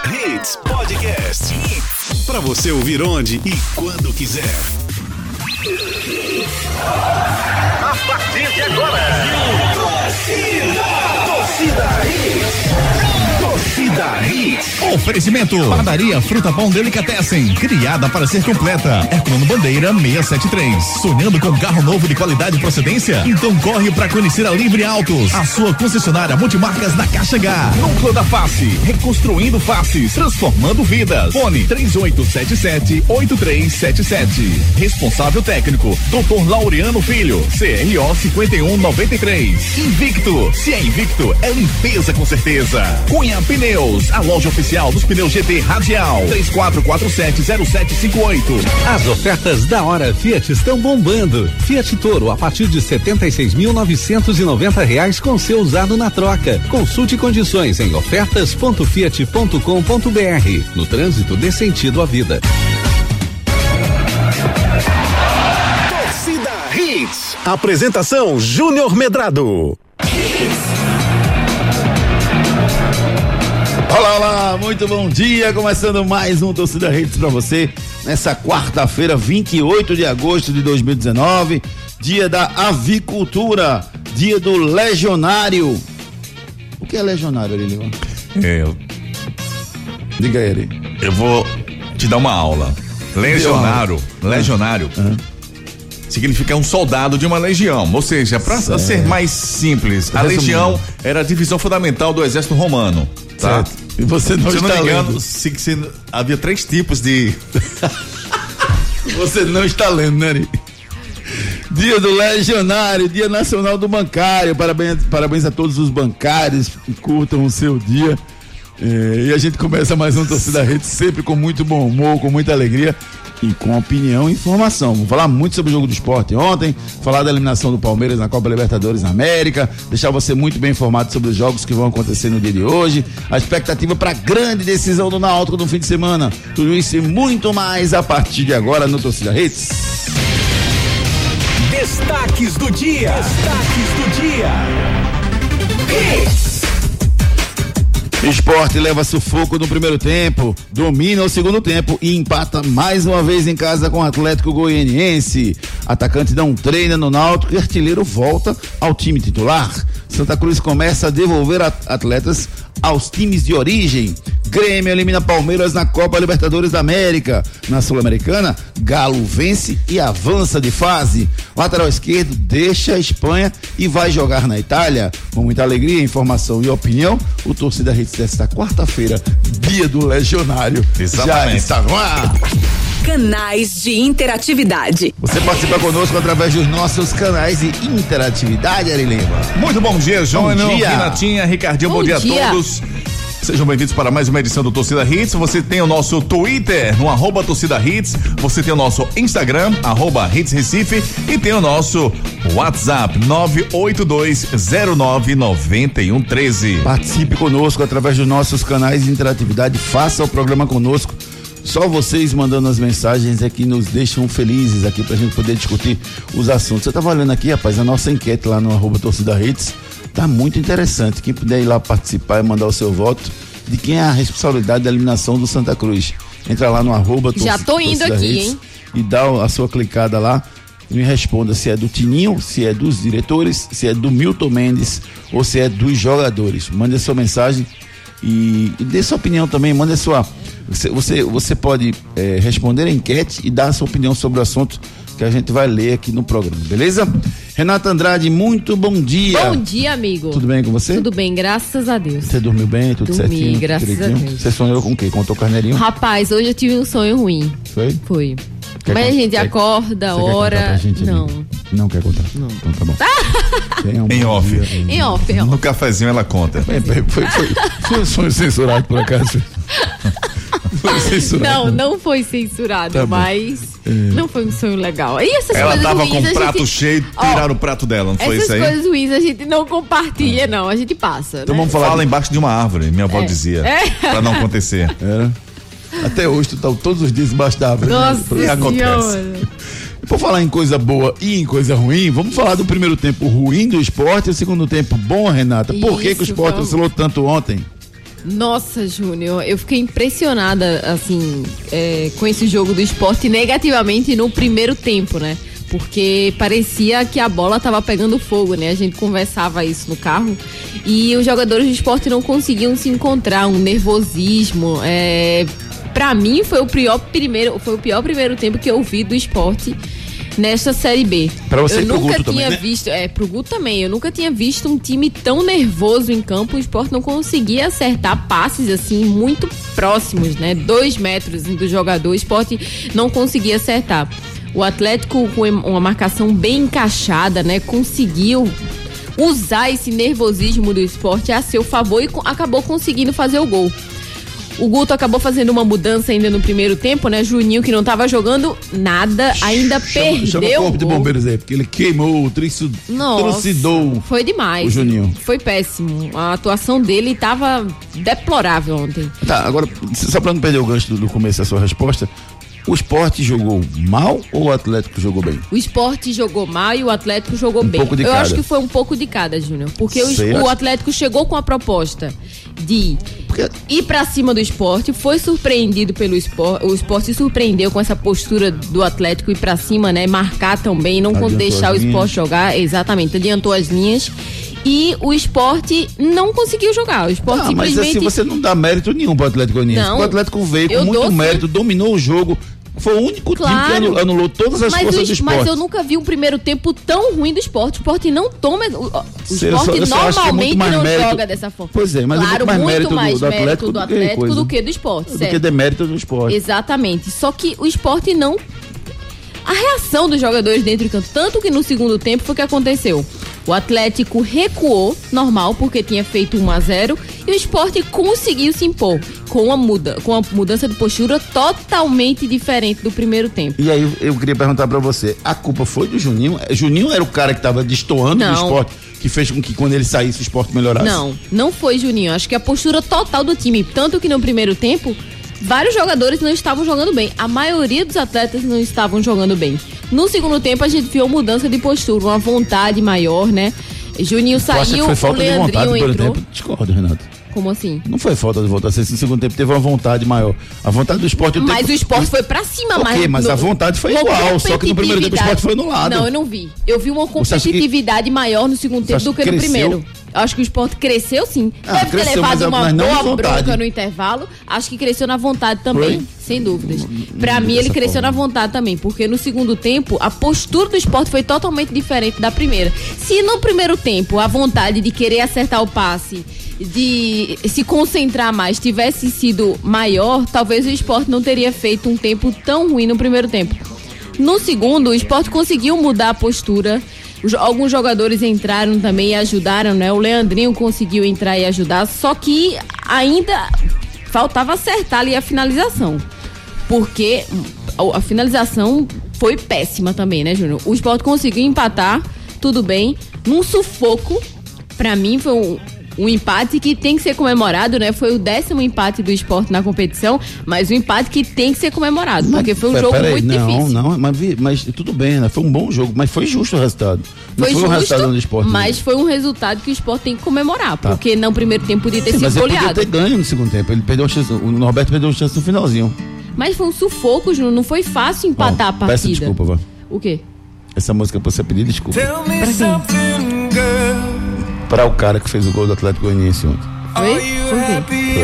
Hits Podcast. Pra você ouvir onde e quando quiser. A partir de agora, Torcida Hits. Torcida Hits. Oferecimento: Padaria Fruta Pão Delicatessen, criada para ser completa. Herculano Bandeira 673. Sonhando com carro novo de qualidade e procedência? Então corre para conhecer a Livre Autos, a sua concessionária multimarcas da Caixa H. Núcleo da Face, reconstruindo faces, transformando vidas. Fone 3877-8377. Responsável técnico: Dr. Laureano Filho, CRO 5193. Invicto, se é invicto, é limpeza com certeza. Cunha Pneus, a loja oficial dos pneus GT Radial, 34470758. As ofertas da hora Fiat estão bombando. Fiat Toro a partir de R$76.990 com seu usado na troca. Consulte condições em ofertas.fiat.com.br. No trânsito, dê sentido à vida. Torcida Hits. Apresentação: Júnior Medrado. Olá, muito bom dia, começando mais um Torcida Hits pra você, nessa quarta-feira, 28 de agosto de 2019, dia da avicultura, dia do legionário. O que é legionário, Arilio? Diga ele. Eu vou te dar uma aula. Legionário significa um soldado de uma legião, ou seja, para ser mais simples, a legião era a divisão fundamental do exército romano, tá? Certo. E você não está lendo. Havia 3 tipos de... Você não está lendo, né, Ari? Dia do legionário, dia nacional do bancário, parabéns a todos os bancários que curtam o seu dia. E a gente começa mais um Torcida Hits sempre com muito bom humor, com muita alegria e com opinião e informação. Vamos falar muito sobre o jogo do esporte ontem, falar da eliminação do Palmeiras na Copa Libertadores na América, deixar você muito bem informado sobre os jogos que vão acontecer no dia de hoje, a expectativa para a grande decisão do Náutico no fim de semana. Tudo isso e muito mais a partir de agora no Torcida Hits. Destaques do dia. Hits. Esporte leva sufoco no primeiro tempo, domina o segundo tempo e empata mais uma vez em casa com o Atlético Goianiense. Atacante não treina no Náutico e artilheiro volta ao time titular. Santa Cruz começa a devolver atletas aos times de origem. Grêmio elimina Palmeiras na Copa Libertadores da América. Na Sul-Americana, Galo vence e avança de fase. Lateral esquerdo deixa a Espanha e vai jogar na Itália. Com muita alegria, informação e opinião, o Torcida Hits desta quarta-feira, dia do legionário, já está no ar. Canais de interatividade. Você participa conosco através dos nossos canais de interatividade, Ari Lima. Muito bom dia, Júnior, Renatinha, Ricardinho, bom dia a todos. Sejam bem-vindos para mais uma edição do Torcida Hits. Você tem o nosso Twitter no @Torcida Hits, você tem o nosso Instagram, @Hits Recife, e tem o nosso WhatsApp 982099113. Participe conosco através dos nossos canais de interatividade, faça o programa conosco. Só vocês mandando as mensagens é que nos deixam felizes aqui pra gente poder discutir os assuntos. Você tava olhando aqui, rapaz, a nossa enquete lá no @Torcida Hits. Tá muito interessante. Quem puder ir lá participar e mandar o seu voto de quem é a responsabilidade da eliminação do Santa Cruz. Entra lá no Já tô indo aqui, hein? E dá a sua clicada lá e me responda se é do Tininho, se é dos diretores, se é do Milton Mendes ou se é dos jogadores. Mande a sua mensagem e dê sua opinião também. Mande a sua... Você pode responder a enquete e dar a sua opinião sobre o assunto que a gente vai ler aqui no programa, beleza? Renata Andrade, muito bom dia. Bom dia, amigo. Tudo bem com você? Tudo bem, graças a Deus. Você dormiu bem, tudo certinho? Dormi, graças a Deus. Você sonhou com o quê? Contou carneirinho? Rapaz, hoje eu tive um sonho ruim. Foi? Mas a gente acorda, ora... Gente, não. Não quer contar? Não. Então tá bom. Em off. Em off. No cafezinho ela conta. Foi um sonho censurado, por acaso? Foi censurado. Não foi censurado, tá, mas não foi um sonho legal. E essas ela coisas tava ruins, com o prato cheio, tiraram o prato dela, não foi isso aí? Essas coisas ruins a gente não compartilha, não, a gente passa. Então né? vamos falar embaixo de uma árvore, minha avó dizia, pra não acontecer. Até hoje tu tá todos os dias embaixo da árvore. Nossa né? Senhora. Por falar em coisa boa e em coisa ruim, vamos falar do primeiro tempo ruim do esporte e o segundo tempo bom, Renata. Por que o esporte oscilou tanto ontem? Nossa, Júnior, eu fiquei impressionada, assim, com esse jogo do Sport negativamente no primeiro tempo, né? Porque parecia que a bola estava pegando fogo, né? A gente conversava isso no carro e os jogadores do Sport não conseguiam se encontrar, um nervosismo. Pra mim foi o pior primeiro tempo que eu vi do Sport nesta Série B. Pra você eu e pro nunca Guto tinha também, né? visto, pro Guto também, eu nunca tinha visto um time tão nervoso em campo. O Sport não conseguia acertar passes assim muito próximos, né? 2 metros do jogador, o Sport não conseguia acertar. O Atlético, com uma marcação bem encaixada, né, conseguiu usar esse nervosismo do Sport a seu favor e acabou conseguindo fazer o gol. O Guto acabou fazendo uma mudança ainda no primeiro tempo, né? Juninho, que não estava jogando nada, ainda perdeu Chama o corpo de o gol. bombeiros aí, porque ele queimou, trucidou. Foi demais. O Juninho. Foi péssimo. A atuação dele estava deplorável ontem. Tá, agora, só pra não perder o gancho do começo da sua resposta, o Sport jogou mal ou o Atlético jogou bem? O Sport jogou mal e o Atlético jogou bem. Pouco de Eu cada. acho que foi um pouco de cada, Júnior. Porque Você o acha? Atlético chegou com a proposta de ir pra cima do Sport, foi surpreendido pelo Sport. O Sport se surpreendeu com essa postura do Atlético ir pra cima, né? Marcar também, não Adiantou deixar o as Sport linhas. jogar. Exatamente, adiantou as linhas. E o Sport não conseguiu jogar. O Sport Ah, mas simplesmente... assim, você não dá mérito nenhum pro Atlético Goianiense. Não. O Atlético veio Eu com muito dou mérito, dominou o jogo. Foi o único time Claro. que anulou todas as forças do Sport. Mas eu nunca vi um primeiro tempo tão ruim do Sport. O Sport não toma. O Sport eu só acho que é muito normalmente mais não mérito. joga dessa forma. Pois é, mas claro, é muito mais mérito mais do Atlético do do que Atlético coisa. do que do Sport. Do certo? que demérito do Sport. Exatamente. Só que o Sport não. A reação dos jogadores dentro do campo, tanto que no segundo tempo foi o que aconteceu. O Atlético recuou, normal, porque tinha feito 1-0, e o Sport conseguiu se impor com a mudança de postura totalmente diferente do primeiro tempo. E aí eu queria perguntar pra você, a culpa foi do Juninho? Juninho era o cara que tava destoando do Não. Sport, que fez com que quando ele saísse o Sport melhorasse? Não foi Juninho. Acho que a postura total do time, tanto que no primeiro tempo, vários jogadores não estavam jogando bem. A maioria dos atletas não estavam jogando bem. No segundo tempo, a gente viu mudança de postura, uma vontade maior, né? Juninho Tu acha que saiu, foi o falta de vontade Leandrinho no primeiro entrou. tempo? Discordo, Renato. Como assim? Não foi falta de vontade. No segundo tempo teve uma vontade maior. A vontade do Sport... Mas o Sport foi pra cima, Ok, mas a vontade foi uma igual, só que no primeiro tempo o Sport foi anulado. Não, eu não vi. Eu vi uma Você acha que- competitividade maior no segundo tempo acha do que que no cresceu? primeiro. Eu acho que o Sport cresceu sim. Ah, Deve ter cresceu, levado uma mas não em boa vontade. bronca no intervalo. Acho que cresceu na vontade também, Foi? sem dúvidas. Pra mim, ele dessa cresceu forma. na vontade também, porque no segundo tempo, a postura do Sport foi totalmente diferente da primeira. Se no primeiro tempo, a vontade de querer acertar o passe, de se concentrar mais, tivesse sido maior, talvez o Sport não teria feito um tempo tão ruim no primeiro tempo. No segundo, o Sport conseguiu mudar a postura. Alguns jogadores entraram também e ajudaram, né? O Leandrinho conseguiu entrar e ajudar, só que ainda faltava acertar ali a finalização. Porque a finalização foi péssima também, né, Júnior? O Sport conseguiu empatar, tudo bem, num sufoco. Pra mim foi um empate que tem que ser comemorado, né? Foi o 10º empate do Sport na competição, mas um empate que tem que ser comemorado, porque foi um jogo muito difícil. Não, mas tudo bem, né? Foi um bom jogo, mas foi justo o resultado. Não Foi um justo, resultado do Sport. mas foi um resultado que o Sport tem que comemorar, porque no primeiro tempo podia ter Sim, sido mas ele podia goleado. ter ganho no segundo tempo. Ele perdeu a chance, o Norberto perdeu a chance no finalzinho. Mas foi um sufoco, Júnior, não foi fácil empatar a partida. Peço desculpa, vá. O quê? Essa música pra você pedir desculpa. Pra quem? Para o cara que fez o gol do Atlético Goianiense ontem. Foi? Por quê?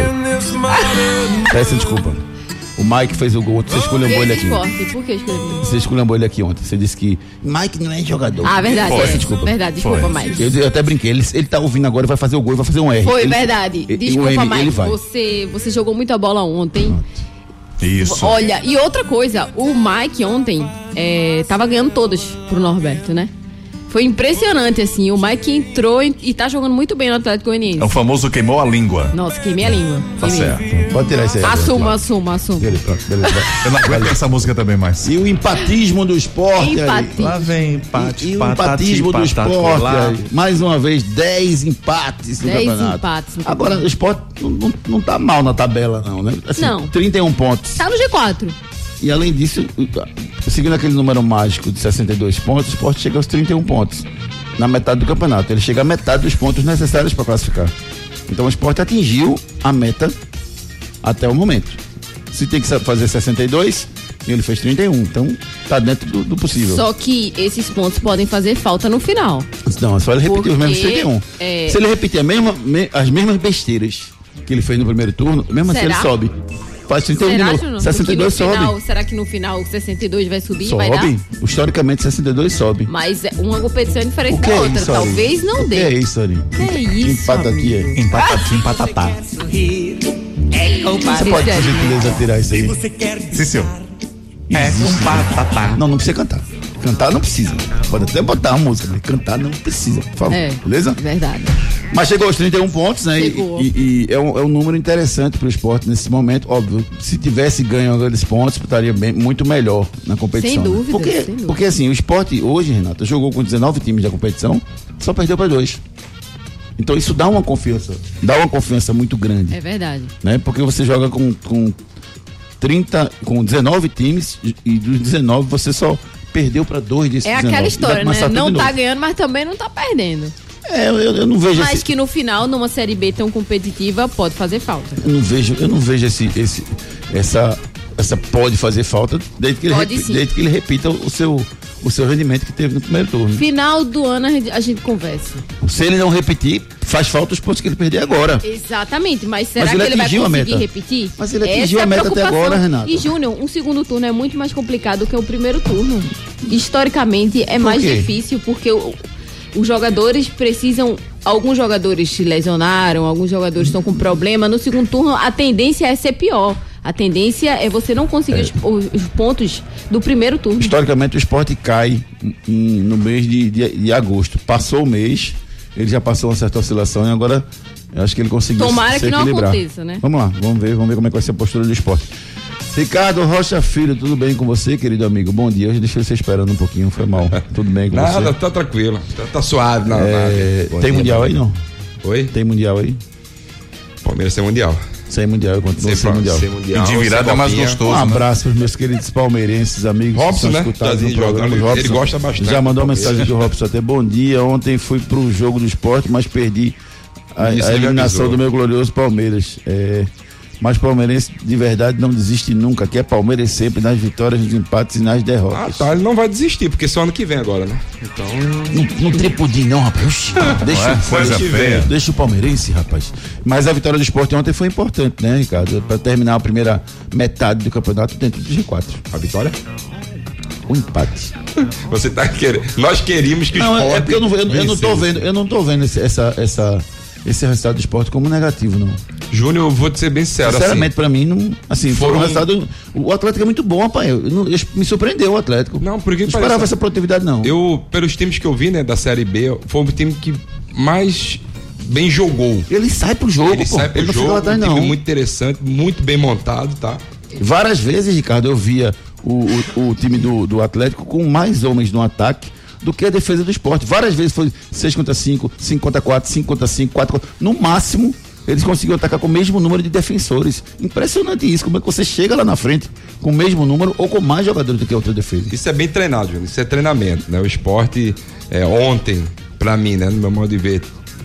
Peço desculpa. O Mike fez o gol ontem, você esculhambou ele aqui. Esporte, por que escolheu? Você esculhambou ele aqui ontem. Você disse que Mike não é jogador. Ah, verdade. Peço desculpa. Verdade, desculpa, Mike. Eu até brinquei. Ele tá ouvindo agora, vai fazer o gol e vai fazer um R. Foi Ele- verdade. o Desculpa, M, Mike. ele vai. Você jogou muita bola ontem. Isso. Olha, e outra coisa, o Mike ontem tava ganhando todas pro Norberto, né? Foi impressionante, assim. O Mike entrou e tá jogando muito bem no Atlético Goianiense. É o famoso queimou a língua. Nossa, queimei a língua. Tá Queimei. certo. Pode tirar isso aí. Assumo. Beleza, pronto, beleza. Eu não aguento essa música também mais. E o empatismo do esporte. Empate. Lá vem empate, E o patati, empatismo do patati, esporte. lá. Aí. Mais uma vez, 10 empates no 10 campeonato. empates no Agora, campeonato. o esporte não tá mal na tabela, não, né? Assim, Não. 31 pontos. Tá no G4. E além disso, seguindo aquele número mágico de 62 pontos, o esporte chega aos 31 pontos. Na metade do campeonato. Ele chega à metade dos pontos necessários para classificar. Então o Sport atingiu a meta até o momento. Se tem que fazer 62, ele fez 31. Então tá dentro do possível. Só que esses pontos podem fazer falta no final. Não, é só ele repetir os mesmos 31. Se ele repetir as mesmas besteiras que ele fez no primeiro turno, mesmo assim ele sobe. Faz 31 de novo. 62 sobe. Será que no final o 62 vai subir? Sobe. Vai dar? Historicamente, 62 sobe. Mas uma competição é diferente da outra. Isso, talvez não o dê. que é isso, Ari? Que é isso? Empata aqui, é. Empata aqui, empatatá. Você pode, por gentileza, tirar isso aí? Sim, senhor. Empatatá. Não precisa cantar. Cantar não precisa. Pode até botar uma música, mas cantar não precisa, por favor. Beleza? Verdade. Mas chegou aos 31 pontos, né? E é um número interessante pro esporte nesse momento. Óbvio, se tivesse ganho aqueles pontos, estaria muito melhor na competição. Sem dúvida, né? Porque assim, o esporte hoje, Renata, jogou com 19 times da competição, só perdeu para 2. Então isso dá uma confiança muito grande. É verdade. Né? Porque você joga com 19 times e dos 19 você só perdeu para 2 desses 19. É aquela história, né? Não tá ganhando, mas também não tá perdendo. Eu não vejo. Mas que no final, numa Série B tão competitiva, pode fazer falta. Eu não vejo essa pode fazer falta desde que ele repita o seu rendimento que teve no primeiro turno. Final do ano a gente conversa. Se ele não repetir, faz falta os pontos que ele perder agora. Exatamente, mas será que ele vai conseguir repetir? Mas ele atingiu a meta até agora, Renato. E Júnior, um segundo turno é muito mais complicado que o primeiro turno. Historicamente é mais difícil porque os jogadores precisam. Alguns jogadores se lesionaram, alguns jogadores estão com problema. No segundo turno, a tendência é ser pior. A tendência é você não conseguir os pontos do primeiro turno. Historicamente, o Sport cai no mês de agosto. Passou o mês, ele já passou uma certa oscilação e agora eu acho que ele conseguiu Tomara se que equilibrar. não aconteça, né? Vamos lá, vamos ver como é que vai ser a postura do Sport. Ricardo Rocha Filho, tudo bem com você, querido amigo? Bom dia, hoje deixei você esperando um pouquinho, foi mal. Tudo bem com você? Nada, tá tranquilo, tá suave. Tem mundial aí, não? Oi? Tem mundial aí? Palmeiras tem mundial. Sem mundial, eu continuo sem mundial. E de virada é mais gostoso. Um abraço para os meus queridos palmeirenses, amigos. Robson, né? Robson, ele gosta bastante. Já mandou uma mensagem aqui, o Robson, até bom dia. Ontem fui pro jogo do Sport, mas perdi a eliminação do meu glorioso Palmeiras. Mas palmeirense de verdade não desiste nunca, que é Palmeiras sempre nas vitórias, nos empates e nas derrotas. Ele não vai desistir, porque só ano que vem agora, né? Então. Não tripudim não, rapaz. Deixa o palmeirense, rapaz. Mas a vitória do Sport ontem foi importante, né, Ricardo? Para terminar a primeira metade do campeonato dentro do G4. A vitória? O empate. Você tá querendo. Nós queríamos que o Sport. É porque eu não tô vendo esse resultado do Sport como negativo, não. Júnior, eu vou te ser bem sincero. Sinceramente, pra mim, não. Assim, foi um resultado. O Atlético é muito bom, rapaz. Me surpreendeu o Atlético. Não, porque não esperava essa produtividade, não. Pelos times que eu vi, né, da Série B, foi o time que mais bem jogou. Ele sai pro jogo, ele sai pro ele jogo, não fica lá atrás, não. Muito interessante, muito bem montado, tá? Várias vezes, Ricardo, eu via o time do Atlético com mais homens no ataque do que a defesa do Sport. Várias vezes foi 6 contra 5, 5 contra 4, 5 contra 5, 4 contra... No máximo, eles conseguiram atacar com o mesmo número de defensores. Impressionante isso, como é que você chega lá na frente com o mesmo número ou com mais jogadores do que a outra defesa. Isso é bem treinado, Júnior. Isso é treinamento, né? O Sport, ontem, pra mim, né, no meu modo de ver,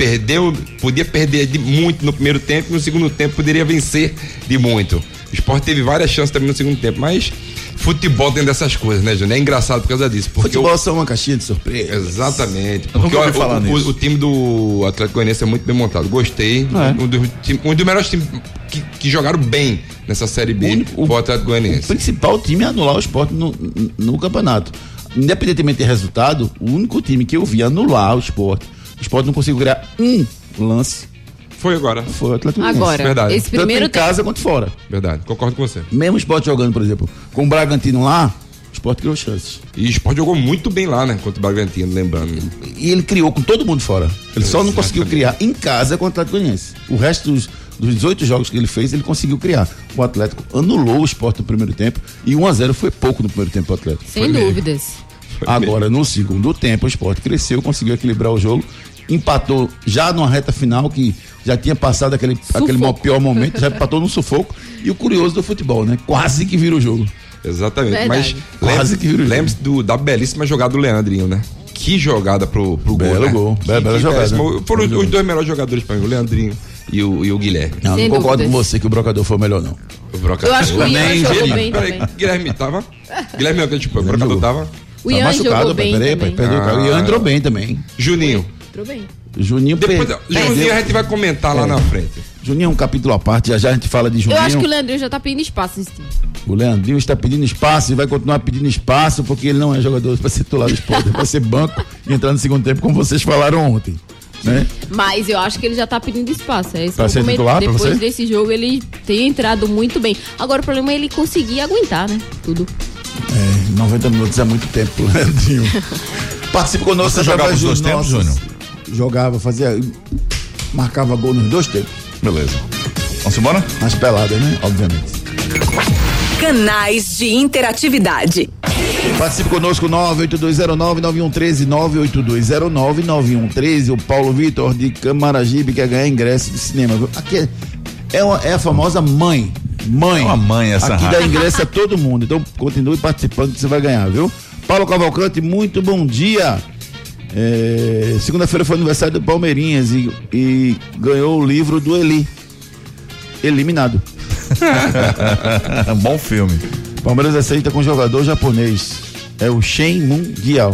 podia perder de muito no primeiro tempo e no segundo tempo poderia vencer de muito. O Sport teve várias chances também no segundo tempo, mas futebol tem dessas coisas, né, Júnior? É engraçado por causa disso. Futebol é só uma caixinha de surpresa. Exatamente. Porque o time do Atlético Goianiense é muito bem montado. Gostei. Um dos melhores times que jogaram bem nessa Série B foi o Atlético Goianiense. O principal time é anular o Sport no campeonato. Independentemente de resultado, o único time que eu vi anular o Sport não conseguiu criar um lance. Foi agora. Foi o Atlético Goianiense. Agora, verdade. Esse primeiro tanto em casa quanto fora. Verdade, concordo com você. Mesmo o Sport jogando, por exemplo, com o Bragantino lá, o Sport criou chances. E o Sport jogou muito bem lá, né? Contra o Bragantino, lembrando. E ele criou com todo mundo fora. Ele só não conseguiu criar em casa contra o Atlético Goianiense. O resto dos 18 jogos que ele fez, ele conseguiu criar. O Atlético anulou o Sport no primeiro tempo e 1-0 foi pouco no primeiro tempo do Atlético. Sem dúvidas. Agora, no segundo tempo, o Sport cresceu, conseguiu equilibrar o jogo, empatou já numa reta final que já tinha passado aquele pior momento, já empatou no sufoco. E o curioso do futebol, né? Quase que vira o jogo. Exatamente. Verdade. Mas lembre-se da belíssima jogada do Leandrinho, né? Que jogada pro Belo gol, né? gol. Bela jogada. Foram os dois melhores jogadores pra mim, o Leandrinho e o Guilherme. Não Sem concordo dúvidas. com você que o Brocador foi melhor, não. O Brocador. Eu acho que o Ian Nem jogou ele- bem peraí, também. Guilherme tava? Guilherme não, tipo, o Brocador jogou. tava? O Ian jogou bem peraí, também. perdeu, o Ian entrou bem também. Juninho. Entrou bem. Juninho Depois, perdeu. Juninho a gente vai comentar lá na frente. Juninho é um capítulo à parte, já a gente fala de Eu Juninho. acho que o Leandrinho já tá pedindo espaço nesse time. O Leandrinho está pedindo espaço e vai continuar pedindo espaço porque ele não é jogador para ser titular do esporte, para ser banco e entrar no segundo tempo, como vocês falaram ontem. Né? Mas eu acho que ele já tá pedindo espaço. É esse Pra o ser momento. titular, pra Depois você? desse jogo ele tem entrado muito bem. Agora o problema é ele conseguir aguentar, né? Tudo. 90 minutos é muito tempo pro Leandrinho. Participe conosco. Você jogava através os dos dois tempos, nossos- Júnior? Jogava, marcava gol nos 2 tempos. Beleza. Vamos embora? Nas peladas, né? Obviamente. Canais de interatividade. Participe conosco, 98209-9113, 98209-9113. O Paulo Vitor de Camaragibe quer ganhar ingresso de cinema. Viu? Aqui é a famosa mãe. É uma mãe essa Aqui rádio. dá ingresso a todo mundo. Então continue participando que você vai ganhar, viu? Paulo Cavalcante, muito bom dia. Segunda-feira foi aniversário do Palmeirinhas e ganhou o livro do Eli. Eliminado. Bom filme. Palmeiras aceita com jogador japonês. É o Shen Mundial.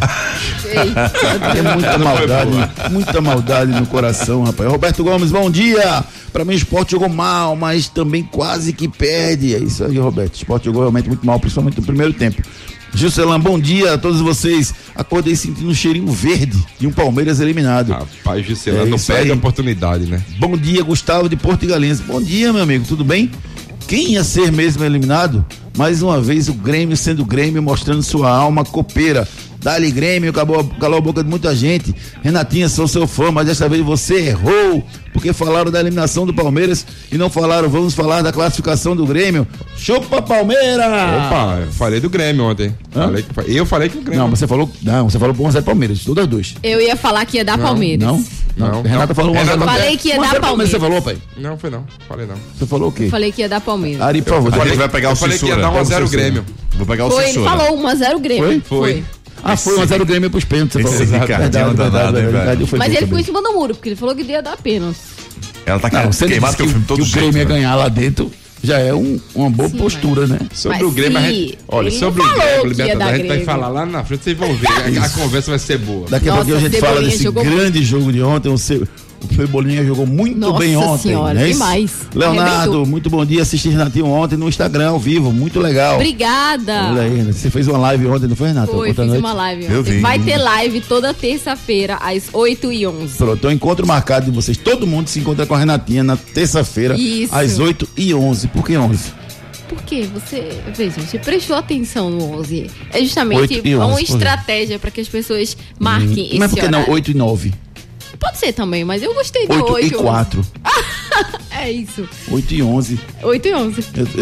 Tem muita maldade no coração, rapaz. Roberto Gomes, bom dia. Pra mim o Sport jogou mal, mas também quase que perde. É isso aí, Roberto. O Sport jogou realmente muito mal, principalmente no primeiro tempo. Gilcelan, bom dia a todos vocês. Acordei sentindo um cheirinho verde de um Palmeiras eliminado. Rapaz, Juscelano não isso perde aí. a oportunidade, né? Bom dia, Gustavo de Porto e Galinhas. Bom dia, meu amigo, tudo bem? Quem ia ser mesmo eliminado? Mais uma vez o Grêmio sendo Grêmio, mostrando sua alma copeira. Dá-lhe Grêmio, calou a boca de muita gente. Renatinha, sou seu fã, mas desta vez você errou, porque falaram da eliminação do Palmeiras e não falaram, vamos falar da classificação do Grêmio. Chupa Palmeiras! Opa, eu falei do Grêmio ontem. Eu falei que o Grêmio. Não, você falou por 1x0 Palmeiras, todas as duas. Eu ia falar que ia dar Palmeiras. Não. Renata falou 1x0 Renata- Falei que ia dar Palmeiras. Você falou, pai? Não, foi não. Falei não. Você falou o quê? Falei que ia dar Palmeiras. Ari, por favor. A gente vai pegar o Eu falei que ia censura. dar 1x0 Grêmio. Vou pegar o Foi, ele censura. falou 1x0 Grêmio. Foi. Foi 1x0 Grêmio pros pênaltis, você Esse falou. Ricardinho não dá nada, hein, velho? Foi Mas bem ele ficou também. em cima do muro, porque ele falou que ia dar pênalti. Ela tá Não, se ele queimada disse que o filme todo que o Grêmio ia jeito, né? ganhar lá dentro, já é uma boa Sim, postura, né? Sobre Mas o Grêmio, a se gente, olha, ele sobre o não falou Grêmio, que ia Libertadores, dar a gente vai Grêmio. falar lá na frente, vocês vão ver. A conversa vai ser boa. Daqui a Nossa, pouquinho a gente fala Cebolinha desse jogou grande jogo de ontem. O Cebolinha jogou muito Nossa bem ontem. Senhora, não é isso? demais. Leonardo, Arrebentou. muito bom dia. Assisti Renatinho ontem no Instagram, ao vivo. Muito legal. Obrigada. Olha aí, você fez uma live ontem, não foi, Renato? Foi, Ontem à fiz noite? uma live Eu ontem. vi. Vai ter live toda terça-feira, às 8h11. Pronto, então encontro marcado de vocês. Todo mundo se encontra com a Renatinha na terça-feira, Isso. às 8h11. Por que 11? Por quê? Você prestou atenção no 11. É justamente 8 e 11, uma por quê? estratégia para que as pessoas marquem esse Mas por que não horário. 8 e 9? Pode ser também, mas eu gostei de 8 8 e 4. É isso. 8 e 11. 8 e 11.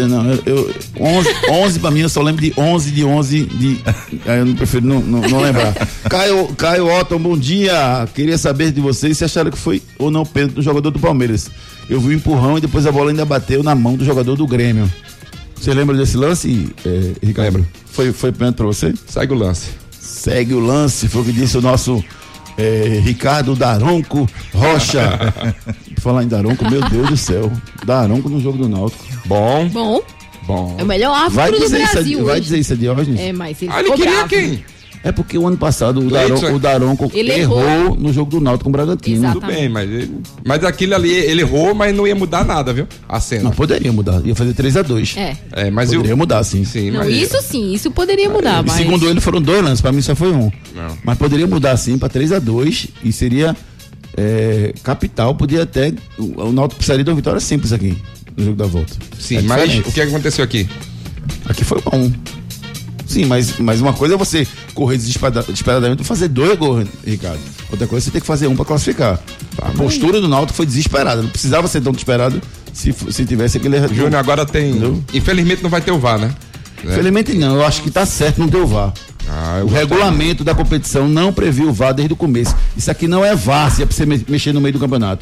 11 pra mim, eu só lembro de 11 de. Eu não prefiro não lembrar. Caio Otton, bom dia. Queria saber de vocês se acharam que foi ou não pênalti do jogador do Palmeiras. Eu vi um empurrão e depois a bola ainda bateu na mão do jogador do Grêmio. Você lembra desse lance, Ricardo? Lembro. Foi pênalti pra você? Segue o lance. Segue o lance, foi o que disse o nosso Ricardo Daronco Rocha. Falar em Daronco, meu Deus do céu. Daronco no jogo do Náutico. Bom. Bom, é o melhor Vai árbitro do dizer, Brasil vai hoje. dizer isso a Diógenes? É, mas ele Ah, ele ficou queria bravo. quem? É porque o ano passado Leidson. o Daronco Ele errou errou. no jogo do Náutico com o Bragantino. Exato. Tudo bem, mas aquilo ali, ele errou, mas não ia mudar nada, viu? A cena. Não, poderia mudar. Ia fazer 3-2. É. Mas Poderia mudar, sim. Sim, Não, mas isso sim, isso poderia mudar, E mas... segundo ele, foram 2 lances. Pra mim só foi um. Não. Mas poderia mudar, sim, pra 3-2. E seria capital. Podia até... O Náutico precisaria de uma vitória simples aqui, no jogo da volta. Sim, É mas diferente. o que aconteceu aqui? Aqui foi bom. Sim, mas uma coisa é você correr desesperadamente e fazer 2 gols, Ricardo. Outra coisa é você ter que fazer um pra classificar. A postura do Náutico foi desesperada. Não precisava ser tão desesperado se tivesse aquele... Júnior, agora tem. Entendeu? Infelizmente não vai ter o VAR, né? Infelizmente não, eu acho que tá certo não ter o VAR. Eu O regulamento da competição não previu o VAR desde o começo. Isso aqui não é VAR, se é pra você mexer no meio do campeonato.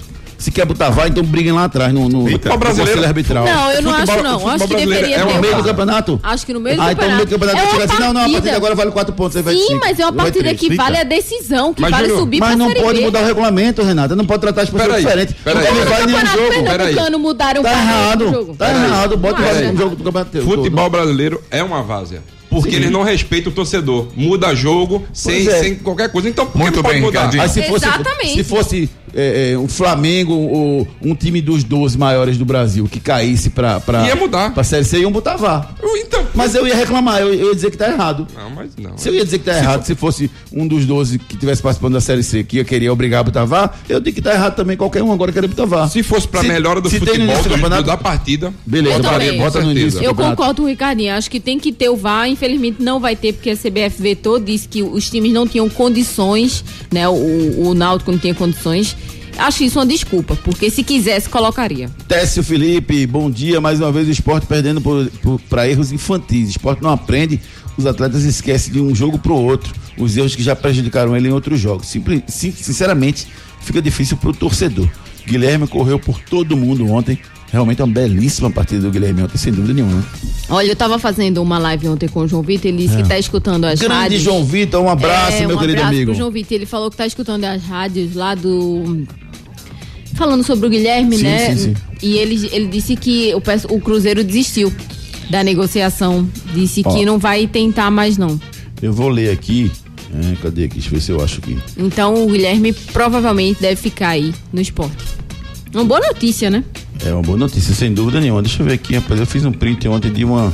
Se quer botar VAR, então briguem lá atrás no conselho arbitral. Não, eu não acho não. Acho que deveria ter. No meio do campeonato? Acho que no meio do campeonato. Então no meio do campeonato vai chegar assim, não, a partir de agora vale 4 pontos. Sim, mas é uma partida que vale a decisão, que vale subir pra Série B. Mas não pode mudar o regulamento, Renata. Não pode tratar as pessoas diferentes. Não vai nenhum jogo. Mudaram tá errado. Tá errado. Bota o jogo do campeonato. Futebol brasileiro é uma várzea. Porque eles não respeitam o torcedor. Muda jogo sem qualquer coisa. Então, por que não pode mudar? Aí, se fosse o Flamengo ou um time dos 12 maiores do Brasil que caísse pra Série C, iam botar VAR. Então, mas eu ia reclamar, eu ia dizer que tá errado. Não, mas não. Se eu ia dizer que tá errado, se fosse um dos 12 que tivesse participando da Série C que ia querer obrigar a botar VAR, eu digo que tá errado também, qualquer um agora querer botar VAR. Se fosse pra melhora do futebol, da partida, beleza, bota no início. Eu concordo com o Ricardinho, acho que tem que ter o VAR, infelizmente não vai ter, porque a CBF vetou, disse que os times não tinham condições, né? O Náutico não tinha condições. Acho isso uma desculpa, porque se quisesse, colocaria. Técio Felipe, bom dia. Mais uma vez o esporte perdendo para erros infantis. O esporte não aprende, os atletas esquecem de um jogo pro outro. Os erros que já prejudicaram ele em outros jogos. Sinceramente, fica difícil pro torcedor. Guilherme correu por todo mundo ontem. Realmente é uma belíssima partida do Guilherme ontem, sem dúvida nenhuma. Olha, eu tava fazendo uma live ontem com o João Vitor, ele disse que tá escutando as rádios. Grande João Vitor, um abraço, meu querido amigo. Pro João Vitor, ele falou que tá escutando as rádios lá do... Falando sobre o Guilherme, né? Sim. E ele disse que o Cruzeiro desistiu da negociação, disse que não vai tentar mais não. Eu vou ler aqui, cadê aqui? Deixa eu ver se eu acho aqui. Então o Guilherme provavelmente deve ficar aí no esporte. Uma boa notícia, né? É uma boa notícia, sem dúvida nenhuma. Deixa eu ver aqui, rapaz. Eu fiz um print ontem de uma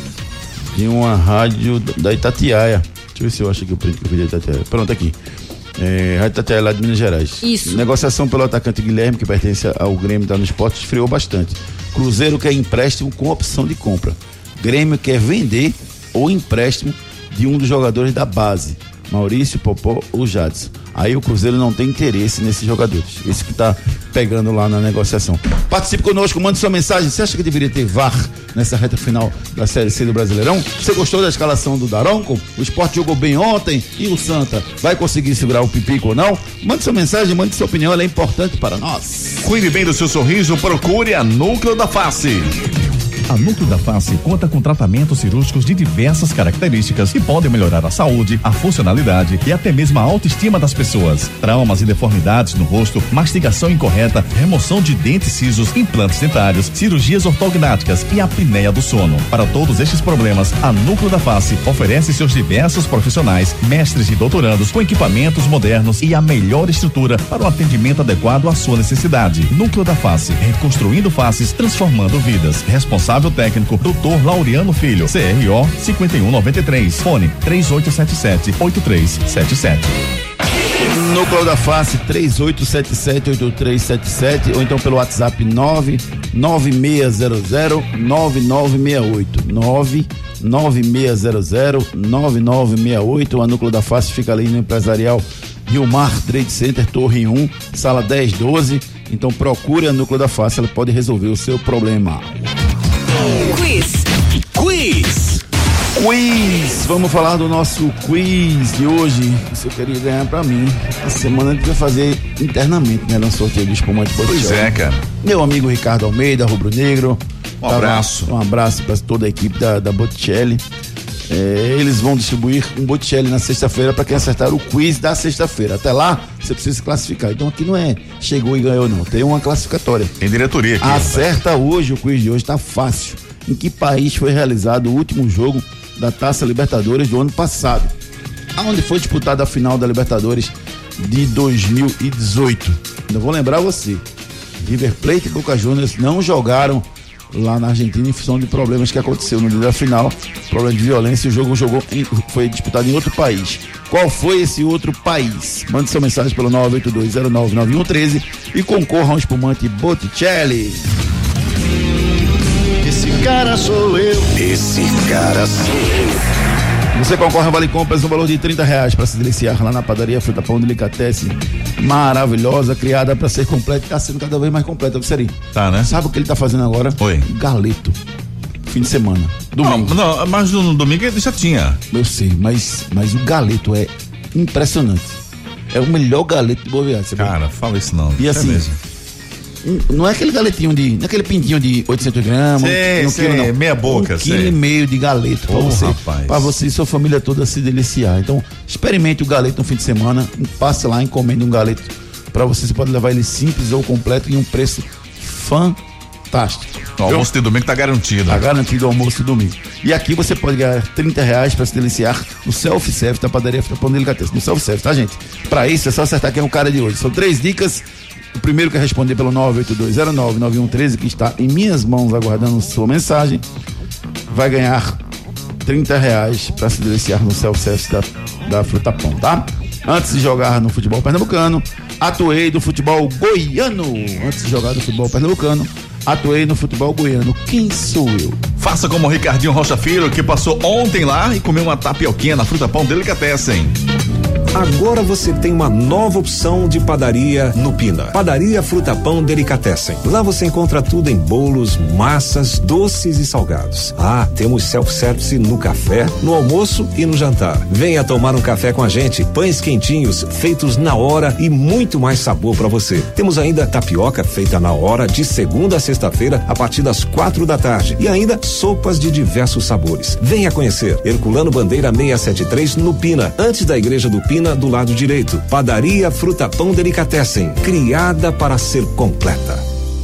rádio da Itatiaia. Deixa eu ver se eu acho aqui o print que eu fiz da Itatiaia. Pronto, aqui. Rádio Itatiaia lá de Minas Gerais. Isso. Negociação pelo atacante Guilherme, que pertence ao Grêmio, tá no esporte, esfriou bastante. Cruzeiro quer empréstimo com opção de compra. Grêmio quer vender ou empréstimo de um dos jogadores da base. Maurício, Popó ou Jadson. Aí o Cruzeiro não tem interesse nesses jogadores. Esse que tá pegando lá na negociação. Participe conosco, mande sua mensagem. Você acha que deveria ter VAR nessa reta final da Série C do Brasileirão? Você gostou da escalação do Daronco? O Sport jogou bem ontem e o Santa vai conseguir segurar o Pipico ou não? Mande sua mensagem, mande sua opinião, ela é importante para nós. Cuide bem do seu sorriso, procure a Núcleo da Face. A Núcleo da Face conta com tratamentos cirúrgicos de diversas características que podem melhorar a saúde, a funcionalidade e até mesmo a autoestima das pessoas. Traumas e deformidades no rosto, mastigação incorreta, remoção de dentes cisos, implantes dentários, cirurgias ortognáticas e apneia do sono. Para todos estes problemas, a Núcleo da Face oferece seus diversos profissionais, mestres e doutorandos com equipamentos modernos e a melhor estrutura para o atendimento adequado à sua necessidade. Núcleo da Face, reconstruindo faces, transformando vidas. Responsável técnico, Dr. Laureano Filho, CRO 5193, fone 3877-8377. Núcleo da Face 3877-8377 ou então pelo WhatsApp 99600-9968 99600-9968. A Núcleo da Face fica ali no Empresarial Rio Mar Trade Center, Torre 1, sala 1012. Então procure a Núcleo da Face, ela pode resolver o seu problema. Quiz. Vamos falar do nosso quiz de hoje. Se eu queria ganhar pra mim, a semana a gente vai fazer internamente, né? No sorteio do espumante Botticelli. Pois é, cara. Meu amigo Ricardo Almeida, Rubro Negro. Um abraço. Um abraço pra toda a equipe da Botticelli. Eles vão distribuir um Botticelli na sexta-feira para quem acertar o quiz da sexta-feira. Até lá, você precisa se classificar. Então aqui não é chegou e ganhou, não. Tem uma classificatória. Tem diretoria aqui. Acerta hoje, o quiz de hoje tá fácil. Em que país foi realizado o último jogo da Taça Libertadores do ano passado? Aonde foi disputada a final da Libertadores de 2018? Eu vou lembrar você. River Plate e Boca Juniors não jogaram lá na Argentina em função de problemas que aconteceu no dia da final, problema de violência. O jogo foi disputado em outro país. Qual foi esse outro país? Mande sua mensagem pelo 982099113 e concorra a um espumante Botticelli. Esse cara sou eu. Você concorre a Vale Compras no valor de R$30 para se deliciar lá na padaria Fruta Pão Delicatessen, maravilhosa, criada para ser completa, está sendo cada vez mais completa. O que seria? Tá, né? Sabe o que ele está fazendo agora? Oi. Galeto. Fim de semana. Domingo. Não, mas no domingo ele já tinha. Eu sei, mas o galeto é impressionante. É o melhor galeto de Boa Viagem. Cara, fala isso não. E assim, Não é aquele galetinho não é aquele pintinho de 800 gramas. Quilo, meia boca, 1,5 quilo de galeto pra você e sua família toda se deliciar. Então, experimente o galeto no fim de semana, passe lá, encomende um galeto pra você pode levar ele simples ou completo em um preço fantástico. O almoço de domingo tá garantido. Tá garantido o almoço de domingo. E aqui você pode ganhar R$30 pra se deliciar no self-service da padaria Frutapão Delicatessen. No self-service, tá, gente? Pra isso é só acertar quem é o cara de hoje. São 3 dicas. O primeiro que responder pelo 982099113, que está em minhas mãos aguardando sua mensagem, vai ganhar R$30 pra se deliciar no self-service da Frutapão, tá? Antes de jogar no futebol pernambucano, atuei no futebol goiano. Antes de jogar no futebol pernambucano, atuei no futebol goiano. Quem sou eu? Faça como o Ricardinho Rocha Filho, que passou ontem lá e comeu uma tapioquinha na Frutapão Delicatessen. Agora você tem uma nova opção de padaria no Pina. Padaria Frutapão Delicatessen. Lá você encontra tudo em bolos, massas, doces e salgados. Temos self-service no café, no almoço e no jantar. Venha tomar um café com a gente. Pães quentinhos, feitos na hora e muito mais sabor para você. Temos ainda tapioca feita na hora de segunda a sexta-feira a partir das 4 da tarde. E ainda sopas de diversos sabores. Venha conhecer. Herculano Bandeira 673 no Pina, antes da Igreja do Pina, do lado direito. Padaria Frutapão Delicatessen, criada para ser completa.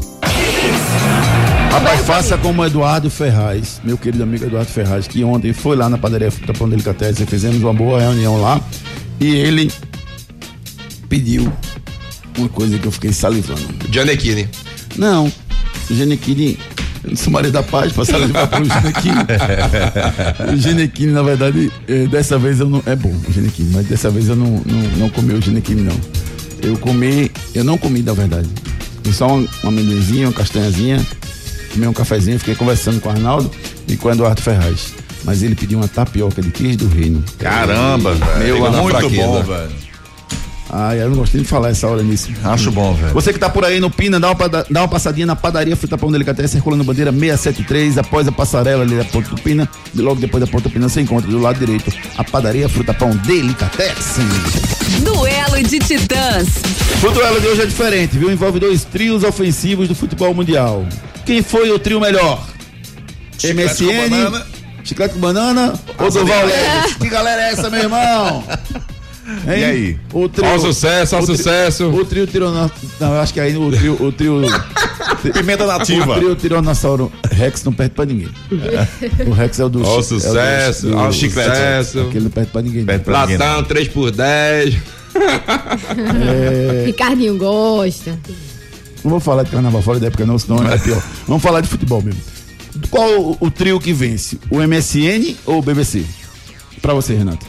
Rapaz, faça como o Eduardo Ferraz, meu querido amigo Eduardo Ferraz, que ontem foi lá na Padaria Frutapão Delicatessen, fizemos uma boa reunião lá e ele pediu uma coisa que eu fiquei salivando. Gianecchini. Não, o Gianecchini, eu sou Maria da Paz, pra salivar pelo Gianecchini. O Gianecchini, na verdade, dessa vez eu não. É bom o Gianecchini, mas dessa vez eu não comi o Gianecchini, não. Eu não comi, na verdade. Fiz só um amendoinzinho, uma castanhazinha, tomei um cafezinho, fiquei conversando com o Arnaldo e com o Eduardo Ferraz. Mas ele pediu uma tapioca de queijo do reino. Caramba, velho. Muito bom, velho. Eu não gostei de falar essa hora nisso. Acho bom, velho. Você que tá por aí no Pina, dá uma passadinha na Padaria Frutapão Delicatessen, circulando Bandeira 673, após a passarela ali da Ponta do Pina, e logo depois da Ponta do Pina você encontra do lado direito a Padaria Frutapão Delicatessen. Duelo de Titãs. O duelo de hoje é diferente, viu? Envolve 2 trios ofensivos do futebol mundial. Quem foi o trio melhor? MSN, Chiclete com Banana ou Durval Leves? Que galera é essa, meu irmão? Hein? E aí? O trio, ao sucesso. O trio Tiranossauro. Não, eu acho que aí o trio Pimenta Nativa. O trio Tiranossauro Rex não perde pra ninguém. O Rex é o do ao sucesso, ao sucesso. Aquele não perde pra ninguém. Latão 3x10. Ricardinho gosta. Não vou falar de carnaval fora da época, não, senão é pior. Vamos falar de futebol mesmo. Qual o trio que vence? O MSN ou o BBC? Pra você, Renato.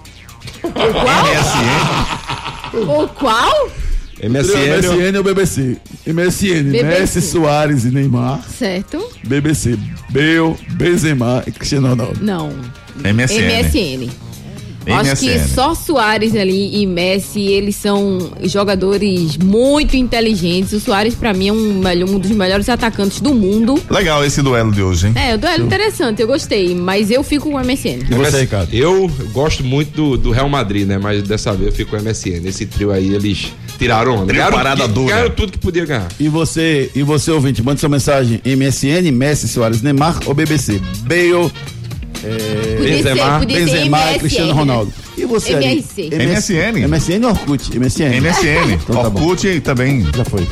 O qual? MSN ou BBC? MSN, Messi, Soares e Neymar. Certo. BBC, Bale, Benzema e Cristiano Ronaldo. Não. MSN. Acho que só Soares ali e Messi, eles são jogadores muito inteligentes. O Soares, pra mim, é um dos melhores atacantes do mundo. Legal esse duelo de hoje, hein? O duelo interessante, eu gostei, mas eu fico com o MSN. E você, Ricardo? Eu gosto muito do Real Madrid, né? Mas dessa vez eu fico com o MSN. Esse trio aí, eles tiraram onda. Ganharam tudo que podia ganhar. E você, ouvinte, mande sua mensagem. MSN, Messi, Soares, Neymar ou BBC? Bale... Benzema e Cristiano Ronaldo. E você, MSN. MSN ou Orkut? MSN. Então, Orkut também. Já foi.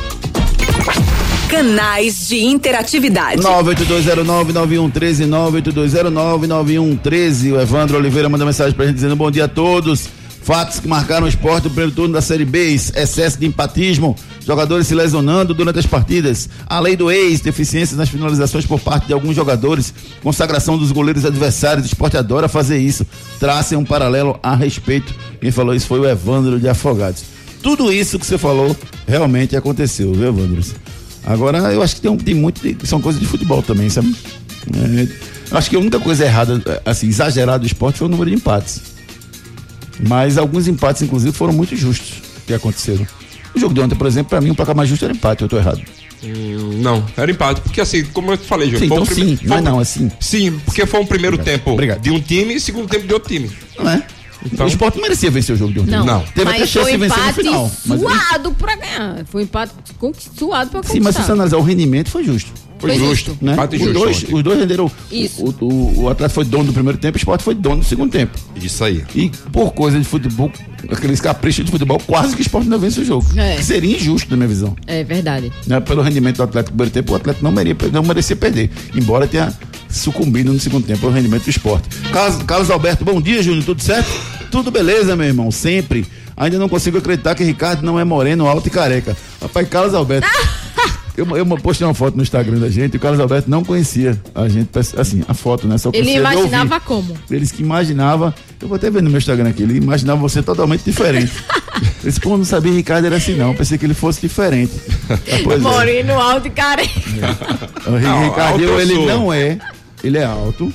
Canais de interatividade. 982099113, 982099113. O Evandro Oliveira manda mensagem pra gente dizendo: bom dia a todos. Fatos que marcaram o esporte no primeiro turno da Série B: excesso de empatismo, jogadores se lesionando durante as partidas, a lei do ex, deficiências nas finalizações por parte de alguns jogadores, consagração dos goleiros adversários. O esporte adora fazer isso. Tracem um paralelo a respeito. Quem falou isso foi o Evandro de Afogados. Tudo isso que você falou realmente aconteceu, viu, Evandro? Agora, eu acho que tem muito, são coisas de futebol também, sabe? Acho que a única coisa errada, assim, exagerada do esporte foi o número de empates. Mas alguns empates, inclusive, foram muito justos que aconteceram. O jogo de ontem, por exemplo, pra mim, o placar mais justo era empate, eu tô errado. Não, era empate, porque assim, como eu falei, João. Sim, então sim, não é não, é sim. Sim, porque foi um primeiro tempo de um time e segundo tempo de outro time. Não é? Então, o Sport não merecia vencer o jogo de ontem. Não. Teve até Mas chance foi de vencer no final. suado pra ganhar. Foi empate suado pra conquistar. Sim, mas se você analisar o rendimento, foi justo. foi justo. Né? Empate Os justo dois, ontem. os dois renderam. Isso. O Atlético foi dono do primeiro tempo, o Sport foi dono do segundo tempo. Isso aí. E por coisa de futebol, aqueles caprichos de futebol, quase que o Sport não vence o jogo. Que seria injusto, na minha visão. É verdade. Né? Pelo rendimento do Atlético no primeiro tempo, o Atlético não merecia perder. Embora tenha sucumbido no segundo tempo pelo rendimento do Sport. Carlos Alberto, bom dia, Júnior. Tudo certo? Tudo beleza, meu irmão. Sempre. Ainda não consigo acreditar que Ricardo não é moreno, alto e careca. Rapaz, Carlos Alberto. Eu postei uma foto no Instagram da gente e o Carlos Alberto não conhecia a gente, assim, a foto, né? Só Ele conhecia de imaginava ouvir. como? Eles que imaginavam, eu vou até ver no meu Instagram aqui, ele imaginava você totalmente diferente. Eles, pô, não sabia que Ricardo era assim não, pensei que ele fosse diferente. Pois Moreno, alto e careca. O Ricardo, alto eu ele sou. não é, ele é alto,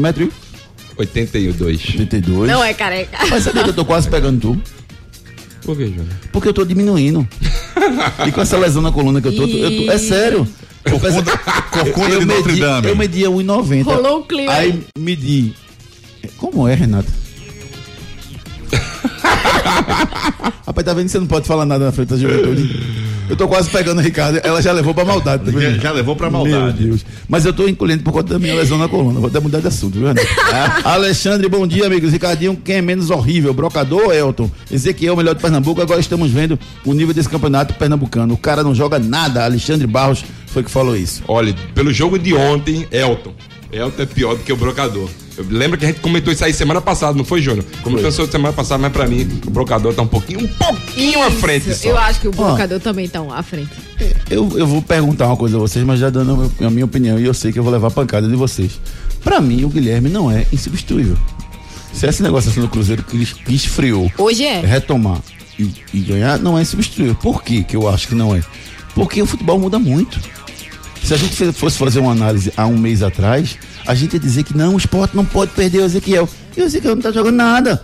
82. 1,82 m. Não é careca. Mas sabia que eu tô quase pegando tu? Por que, Júnior? Porque eu tô diminuindo. E com essa lesão na coluna que eu tô é sério. Corcunda de Notre Dame. Eu media 1,90. Rolou um clima Aí aí. medi. Como é, Renato? Rapaz, tá vendo que você não pode falar nada na frente da juventude? Eu tô quase pegando o Ricardo, ela já levou pra maldade. Tá vendo? Já levou pra Meu maldade. Deus. Mas eu tô encolhendo por conta da minha lesão na coluna. Vou até mudar de assunto, viu, Renato? Alexandre, bom dia, amigos. Ricardinho, quem é menos horrível? Brocador ou Elton? Ezequiel, o melhor de Pernambuco. Agora estamos vendo o nível desse campeonato pernambucano. O cara não joga nada. Alexandre Barros foi que falou isso. Olha, pelo jogo de ontem, Elton é pior do que o Brocador. Eu lembro que a gente comentou isso aí semana passada, não foi, Júnior? Comentou isso semana passada, mas pra mim, o Brocador tá um pouquinho à frente só. Eu acho que o brocador também tá à frente. Eu vou perguntar uma coisa a vocês, mas já dando a minha opinião, e eu sei que eu vou levar a pancada de vocês. Pra mim, o Guilherme não é insubstituível. Se esse negócio assim no Cruzeiro que esfriou, Hoje é. retomar e ganhar, não é insubstituível. Por que eu acho que não é? Porque o futebol muda muito. Se a gente fosse fazer uma análise há um mês atrás, a gente ia dizer que não, o Sport não pode perder o Ezequiel. E o Ezequiel não tá jogando nada.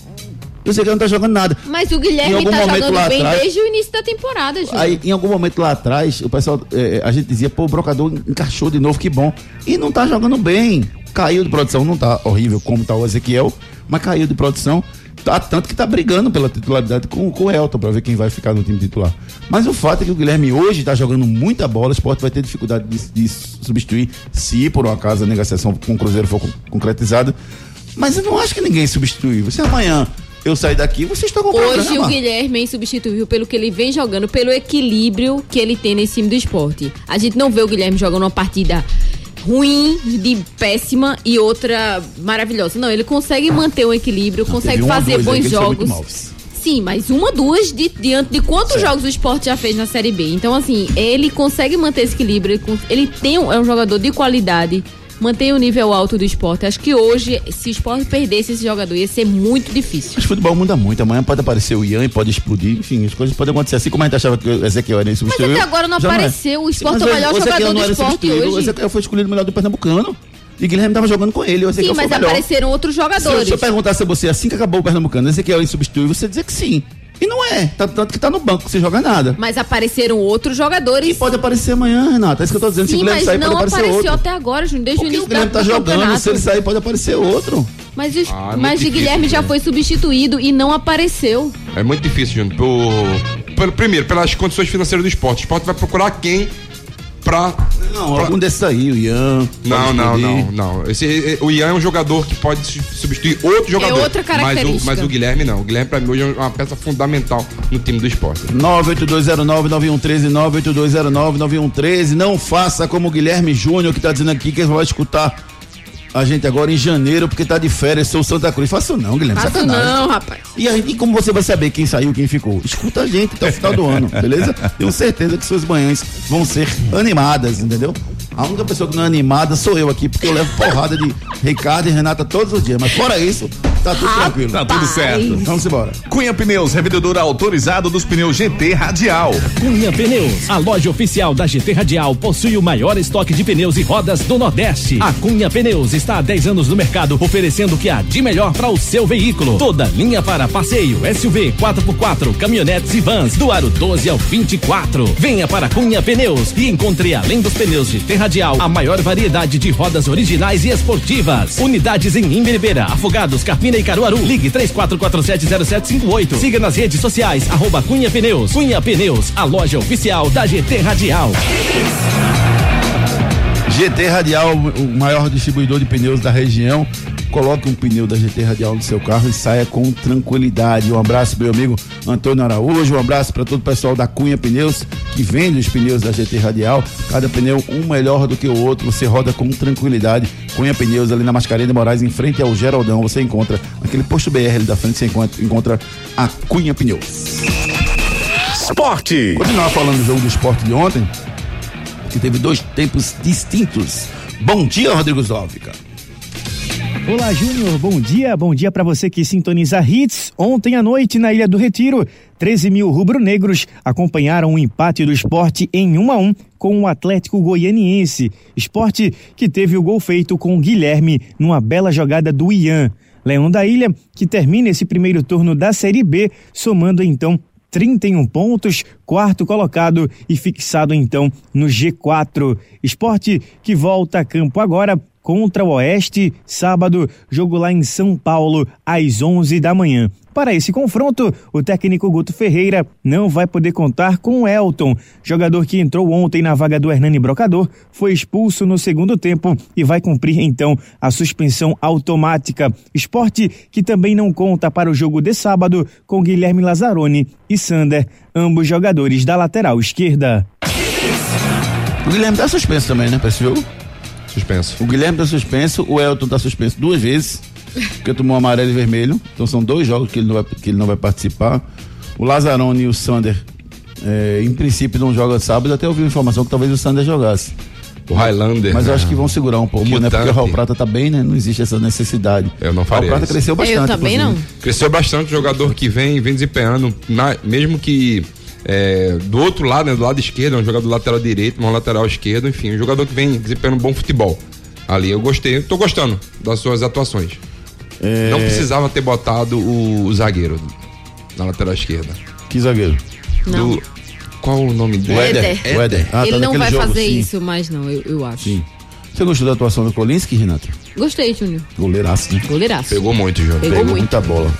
Mas o Em Guilherme algum tá momento jogando lá bem atrás- desde o início da temporada, Júnior. Aí, em algum momento lá atrás, o pessoal, a gente dizia, pô, o Brocador encaixou de novo, que bom. E não tá jogando bem. Caiu de produção, não tá horrível como tá o Ezequiel, mas caiu de produção. Tá, tanto que tá brigando pela titularidade com o Elton, pra ver quem vai ficar no time titular. Mas o fato é que o Guilherme hoje tá jogando muita bola, o Sport vai ter dificuldade de substituir, se por um acaso a negociação com o Cruzeiro for concretizada. Mas eu não acho que ninguém substitui. Se amanhã eu sair daqui, vocês estão com Hoje problema. o Guilherme é insubstituível pelo que ele vem jogando, pelo equilíbrio que ele tem nesse time do Sport. A gente não vê o Guilherme jogando uma partida ruim, de péssima e outra maravilhosa. Não, ele consegue manter o equilíbrio, consegue Teve uma, fazer duas aí bons que ele foi muito jogos. mal. Sim, mas duas diante de quantos jogos o Sport já fez na Série B. Então, assim, ele consegue manter esse equilíbrio, ele é um jogador de qualidade, mantém o nível alto do Sport. Acho que hoje, se o Sport perdesse esse jogador, ia ser muito difícil. Mas o futebol muda muito. Amanhã pode aparecer o Ian e pode explodir. Enfim, as coisas podem acontecer. Assim como a gente achava que o Ezequiel era Mas insubstituível. até agora não já apareceu. O Sport Mas é o melhor Ezequiel jogador não do era Sport substituível. O hoje. Ezequiel foi escolhido o melhor do Pernambucano. E Guilherme estava jogando com ele. O Ezequiel Sim, foi mas o melhor. apareceram outros Se jogadores. eu perguntasse a você, assim que acabou o Pernambucano, Ezequiel é insubstituível, você dizer que sim. E não é. Tanto que tá no banco, sem jogar nada. Mas apareceram outros jogadores. E pode aparecer amanhã, Renata. É isso que eu tô dizendo. Se o Sim, Guilherme mas sair, pode não aparecer apareceu outro. até agora, Júnior, desde o Porque o início Guilherme tá do jogando. campeonato. Se ele sair, pode aparecer outro. Mas, é muito mas o difícil, Guilherme já Júnior. foi substituído e não apareceu. É muito difícil, Júnior. Primeiro, pelas condições financeiras do esporte. O esporte vai procurar quem pra. Não, algum desses aí, o Ian. Não. O Ian é um jogador que pode substituir outro jogador. outra característica. Mas o Guilherme não. O Guilherme, pra mim, hoje é uma peça fundamental no time do esporte. 98209-9113, 98209-9113. Não faça como o Guilherme Júnior, que tá dizendo aqui que ele vai escutar a gente agora em janeiro, porque tá de férias, sou Santa Cruz. Faça não, Guilherme. Faço sacanagem. não, rapaz. E como você vai saber quem saiu, quem ficou? Escuta a gente até o final do ano, beleza? Tenho certeza que suas manhãs vão ser animadas, entendeu? A única pessoa que não é animada sou eu aqui, porque eu levo porrada de Ricardo e Renata todos os dias. Mas fora isso, tá tudo tranquilo. Tá tudo certo. Vamos embora. Cunha Pneus, revendedor autorizado dos pneus GT Radial. Cunha Pneus, a loja oficial da GT Radial, possui o maior estoque de pneus e rodas do Nordeste. A Cunha Pneus está há 10 anos no mercado, oferecendo o que há de melhor para o seu veículo. Toda linha para passeio, SUV, 4x4, caminhonetes e vans, do aro 12 ao 24. Venha para Cunha Pneus e encontre, além dos pneus GT Radial, Radial, a maior variedade de rodas originais e esportivas. Unidades em Imbiribeira, Afogados, Carpina e Caruaru. Ligue 34470758. Siga nas redes sociais, @Cunha Pneus. Cunha Pneus, a loja oficial da GT Radial. GT Radial, o maior distribuidor de pneus da região. Coloque um pneu da GT Radial no seu carro e saia com tranquilidade. Um abraço pro meu amigo Antônio Araújo, um abraço para todo o pessoal da Cunha Pneus, que vende os pneus da GT Radial. Cada pneu um melhor do que o outro, você roda com tranquilidade. Cunha Pneus, ali na Mascarenhas de Moraes, em frente ao Geraldão, você encontra aquele posto BR ali da frente, você encontra a Cunha Pneus. Esporte. Continuar falando do jogo do esporte de ontem, que teve 2 tempos distintos. Bom dia, Rodrigo Zóvica. Olá, Júnior, bom dia para você que sintoniza Hits. Ontem à noite, na Ilha do Retiro, 13 mil rubro-negros acompanharam o empate do Sport em 1-1 com o Atlético Goianiense. Sport que teve o gol feito com o Guilherme numa bela jogada do Ian. Leão da Ilha, que termina esse primeiro turno da Série B, somando então 31 pontos, 4º colocado e fixado então no G4. Sport que volta a campo agora contra o Oeste, sábado, jogo lá em São Paulo, às 11 da manhã. Para esse confronto, o técnico Guto Ferreira não vai poder contar com o Elton, jogador que entrou ontem na vaga do Hernani Brocador, foi expulso no segundo tempo e vai cumprir então a suspensão automática. Sport que também não conta para o jogo de sábado com Guilherme Lazzaroni e Sander, ambos jogadores da lateral esquerda. O Guilherme tá suspenso também, né, para esse jogo? Suspenso. O Guilherme tá suspenso, o Elton tá suspenso 2 vezes, porque tomou amarelo e vermelho. Então são 2 jogos que ele não vai participar. O Lazzaroni e o Sander, em princípio, não jogam sábado. Até ouvi informação que talvez o Sander jogasse. O Highlander. Mas eu acho que vão segurar um pouquinho, né? Porque o Raul Prata tá bem, né? Não existe essa necessidade. Eu não faria. O Raul Prata cresceu bastante. Eu também inclusive. não. Cresceu bastante, jogador que vem desempenhando, mesmo que do outro lado, né, do lado esquerdo, é um jogador lateral direito, mas um lateral esquerdo, enfim, um jogador que vem desempenhando bom futebol. Ali eu gostei, tô gostando das suas atuações. Não precisava ter botado o zagueiro na lateral esquerda. Que zagueiro? Não. Qual o nome dele? O Éder. Ele tá não vai jogo, fazer sim. isso mais não, eu acho. Sim. Você gostou da atuação do Kolinski, Renato? Gostei, Júnior. Goleiraço, né? Goleiraço. Pegou muito, Júnior. Pegou muito. Muita bola.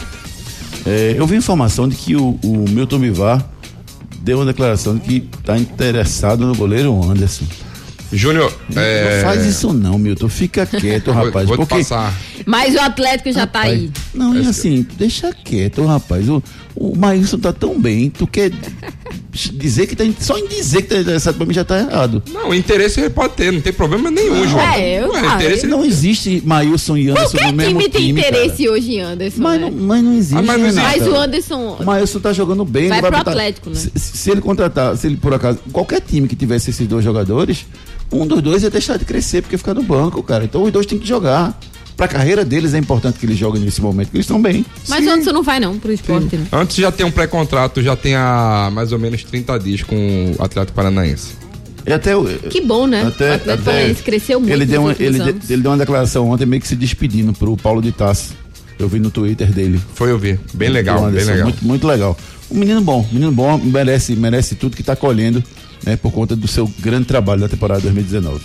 Eu vi informação de que o Milton Bivar deu uma declaração de que tá interessado no goleiro Anderson. Júnior, não faz isso não, Milton. Fica quieto, rapaz. Vou porque... passar. Mas o Atlético já tá aí. Não, e assim, deixa quieto, rapaz. O Maílson tá tão bem. Tu quer dizer que tá. Só em dizer que tá interessado pra mim já tá errado. Não, interesse ele pode ter, não tem problema nenhum, João. Interesse não existe Maílson e Anderson no mesmo time. Qualquer time tem interesse hoje em Anderson. Mas não existe. Mas o Anderson. O Maílson tá jogando bem. Vai pro botar... Atlético, né? Se ele contratar, se ele por acaso. Qualquer time que tivesse esses 2 jogadores, um dos 2 ia deixar de crescer porque fica no banco, cara. Então os 2 têm que jogar. Pra carreira deles é importante que eles joguem nesse momento, porque eles estão bem. Mas o Anderson não vai não pro esporte, né? Antes já tem um pré-contrato, já tem há mais ou menos 30 dias com o Atlético Paranaense. E até que bom, né? O Atlético Paranaense cresceu muito. Ele deu uma declaração ontem meio que se despedindo pro Paulo de Tassi. Eu vi no Twitter dele. Foi eu vi. Bem legal, bem legal. Muito, muito legal. Um menino bom, merece tudo que tá colhendo, né? Por conta do seu grande trabalho da temporada 2019.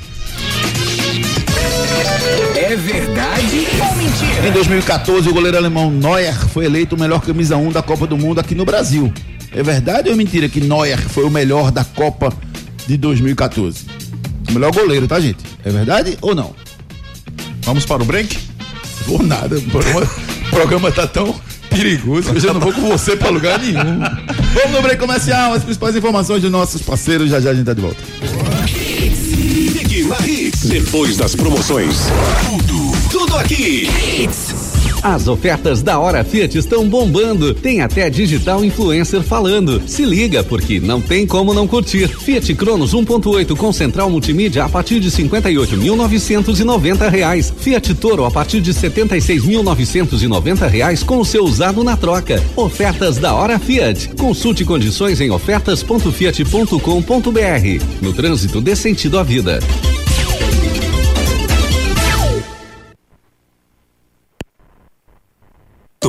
É verdade ou mentira? Em 2014, o goleiro alemão Neuer foi eleito o melhor camisa 1 da Copa do Mundo aqui no Brasil. É verdade ou é mentira que Neuer foi o melhor da Copa de 2014? O melhor goleiro, tá, gente? É verdade ou não? Vamos para o break? Vou nada. O programa tá tão perigoso que eu já não vou com você pra lugar nenhum. Vamos no break comercial, as principais informações dos nossos parceiros. Já a gente tá de volta. Depois das promoções, tudo aqui. As ofertas da Hora Fiat estão bombando. Tem até digital influencer falando. Se liga, porque não tem como não curtir. Fiat Cronos 1.8 com central multimídia a partir de R$58.990. Fiat Toro a partir de R$76.990 com o seu usado na troca. Ofertas da Hora Fiat. Consulte condições em ofertas.fiat.com.br. No trânsito, dê sentido à vida.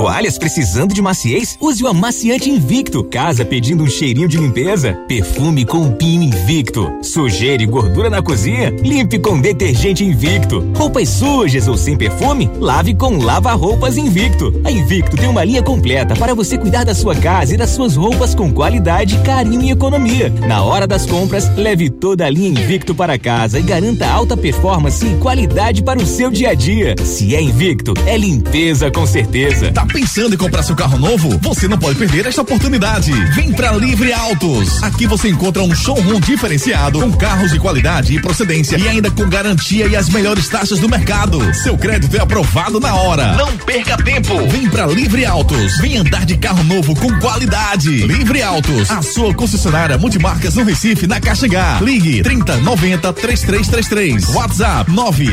Toalhas precisando de maciez? Use o amaciante Invicto. Casa pedindo um cheirinho de limpeza? Perfume com Pino Invicto. Sujeira e gordura na cozinha? Limpe com detergente Invicto. Roupas sujas ou sem perfume? Lave com lava-roupas Invicto. A Invicto tem uma linha completa para você cuidar da sua casa e das suas roupas com qualidade, carinho e economia. Na hora das compras, leve toda a linha Invicto para casa e garanta alta performance e qualidade para o seu dia a dia. Se é Invicto, é limpeza com certeza. Tá pensando em comprar seu carro novo? Você não pode perder esta oportunidade. Vem pra Livre Autos. Aqui você encontra um showroom diferenciado com carros de qualidade e procedência e ainda com garantia e as melhores taxas do mercado. Seu crédito é aprovado na hora. Não perca tempo. Vem pra Livre Autos. Vem andar de carro novo com qualidade. Livre Autos, a sua concessionária multimarcas no Recife, na Caixa H. Ligue 3090-3333. WhatsApp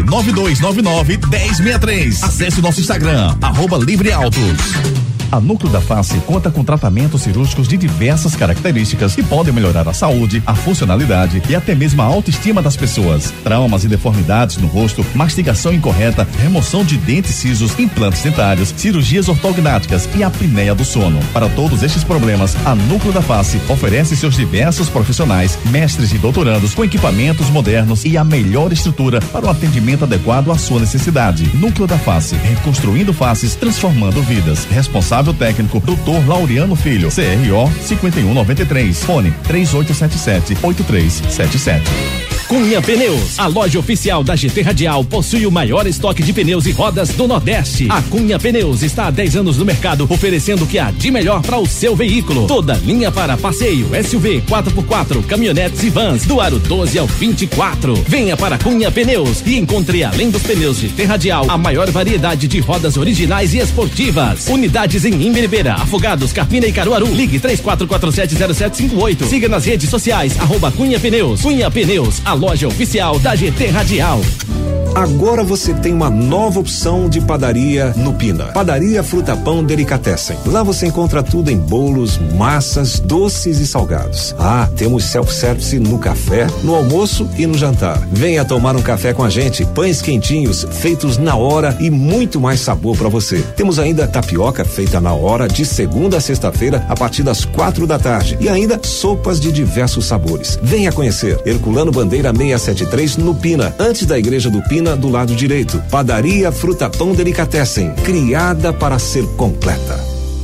99299-1063. Acesse o nosso Instagram, @Livre Autos. A Núcleo da Face conta com tratamentos cirúrgicos de diversas características que podem melhorar a saúde, a funcionalidade e até mesmo a autoestima das pessoas. Traumas e deformidades no rosto, mastigação incorreta, remoção de dentes cisos, implantes dentários, cirurgias ortognáticas e apneia do sono. Para todos estes problemas, a Núcleo da Face oferece seus diversos profissionais, mestres e doutorandos com equipamentos modernos e a melhor estrutura para um atendimento adequado à sua necessidade. Núcleo da Face, reconstruindo faces, transformando vidas. Responsável técnico, Dr. Laureano Filho, CRO 5193, fone 3877-8377. Cunha Pneus, a loja oficial da GT Radial, possui o maior estoque de pneus e rodas do Nordeste. A Cunha Pneus está há 10 anos no mercado, oferecendo o que há de melhor para o seu veículo. Toda linha para passeio, SUV, 4x4, caminhonetes e vans, do aro 12 ao 24. Venha para Cunha Pneus e encontre, além dos pneus GT Radial, a maior variedade de rodas originais e esportivas. Unidades em Imbiribeira, Afogados, Carpina e Caruaru. Ligue 34470758. Siga nas redes sociais, @Cunha Pneus. Cunha Pneus, a loja oficial da GT Radial. Agora você tem uma nova opção de padaria no Pina. Padaria Fruta Pão Delicatessen. Lá você encontra tudo em bolos, massas, doces e salgados. Temos self-service no café, no almoço e no jantar. Venha tomar um café com a gente. Pães quentinhos, feitos na hora e muito mais sabor para você. Temos ainda tapioca feita na hora de segunda a sexta-feira a partir das 4 da tarde e ainda sopas de diversos sabores. Venha conhecer. Herculano Bandeira 673 no Pina, antes da Igreja do Pina, do lado direito. Padaria Fruta Pão Delicatessen, criada para ser completa.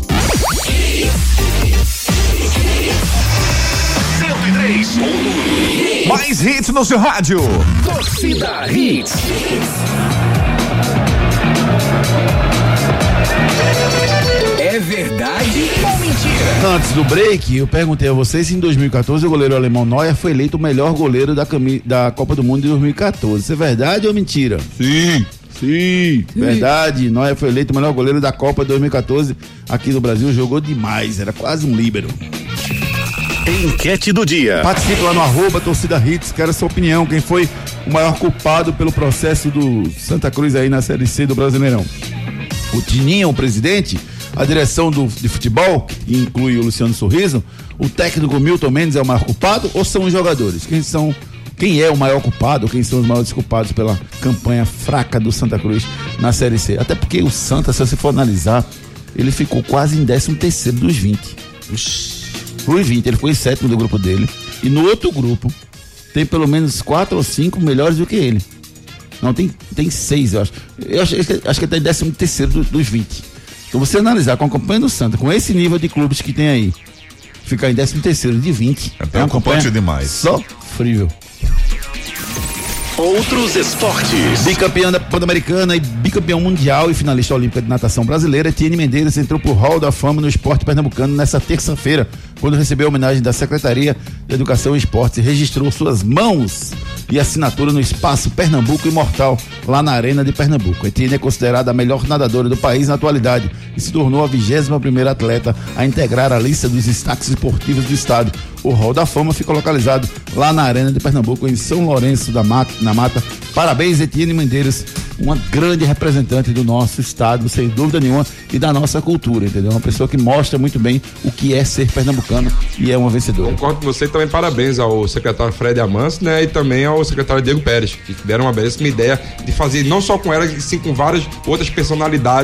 103. Mais hits no seu rádio. Torcida Hits. É verdade ou mentira? Antes do break, eu perguntei a vocês se em 2014 o goleiro alemão Neuer foi eleito o melhor goleiro da Copa do Mundo de 2014. Isso é verdade ou mentira? Sim, verdade. Neuer foi eleito o melhor goleiro da Copa de 2014 aqui no Brasil. Jogou demais, era quase um líbero. Enquete do dia. Participe lá no @Torcida Hits, quero a sua opinião. Quem foi o maior culpado pelo processo do Santa Cruz aí na Série C do Brasileirão? O Tininho, o presidente? A direção de futebol, que inclui o Luciano Sorriso? O técnico Milton Mendes é o maior culpado ou são os jogadores? Quem é o maior culpado? Quem são os maiores culpados pela campanha fraca do Santa Cruz na Série C? Até porque o Santa, se você for analisar, ele ficou quase em 13º dos 20. Foi 20, ele foi em 7º do grupo dele. E no outro grupo, tem pelo menos 4 ou 5 melhores do que ele. Não, tem 6, eu acho. Acho que ele está em 13º dos 20. Então você analisar com a campanha do Santa, com esse nível de clubes que tem aí, ficar em 13º de 20. É uma campanha demais. Sofrível. Outros esportes. Bicampeã da Pan-Americana e bicampeão mundial e finalista olímpica de natação brasileira, Etienne Medeiros entrou pro Hall da Fama no esporte pernambucano nessa terça-feira, quando recebeu a homenagem da Secretaria de Educação e Esportes e registrou suas mãos e assinatura no Espaço Pernambuco Imortal, lá na Arena de Pernambuco. Etienne é considerada a melhor nadadora do país na atualidade e se tornou a 21ª atleta a integrar a lista dos destaques esportivos do estado. O Hall da Fama fica localizado lá na Arena de Pernambuco, em São Lourenço na Mata. Parabéns, Etienne Medeiros, uma grande representante do nosso estado, sem dúvida nenhuma, e da nossa cultura, entendeu? Uma pessoa que mostra muito bem o que é ser pernambucano e é uma vencedora. Concordo com você, também parabéns ao secretário Fred Amâncio, né, e também ao secretário Diego Pérez, que deram uma belíssima ideia de fazer, não só com ela, e sim com várias outras personalidades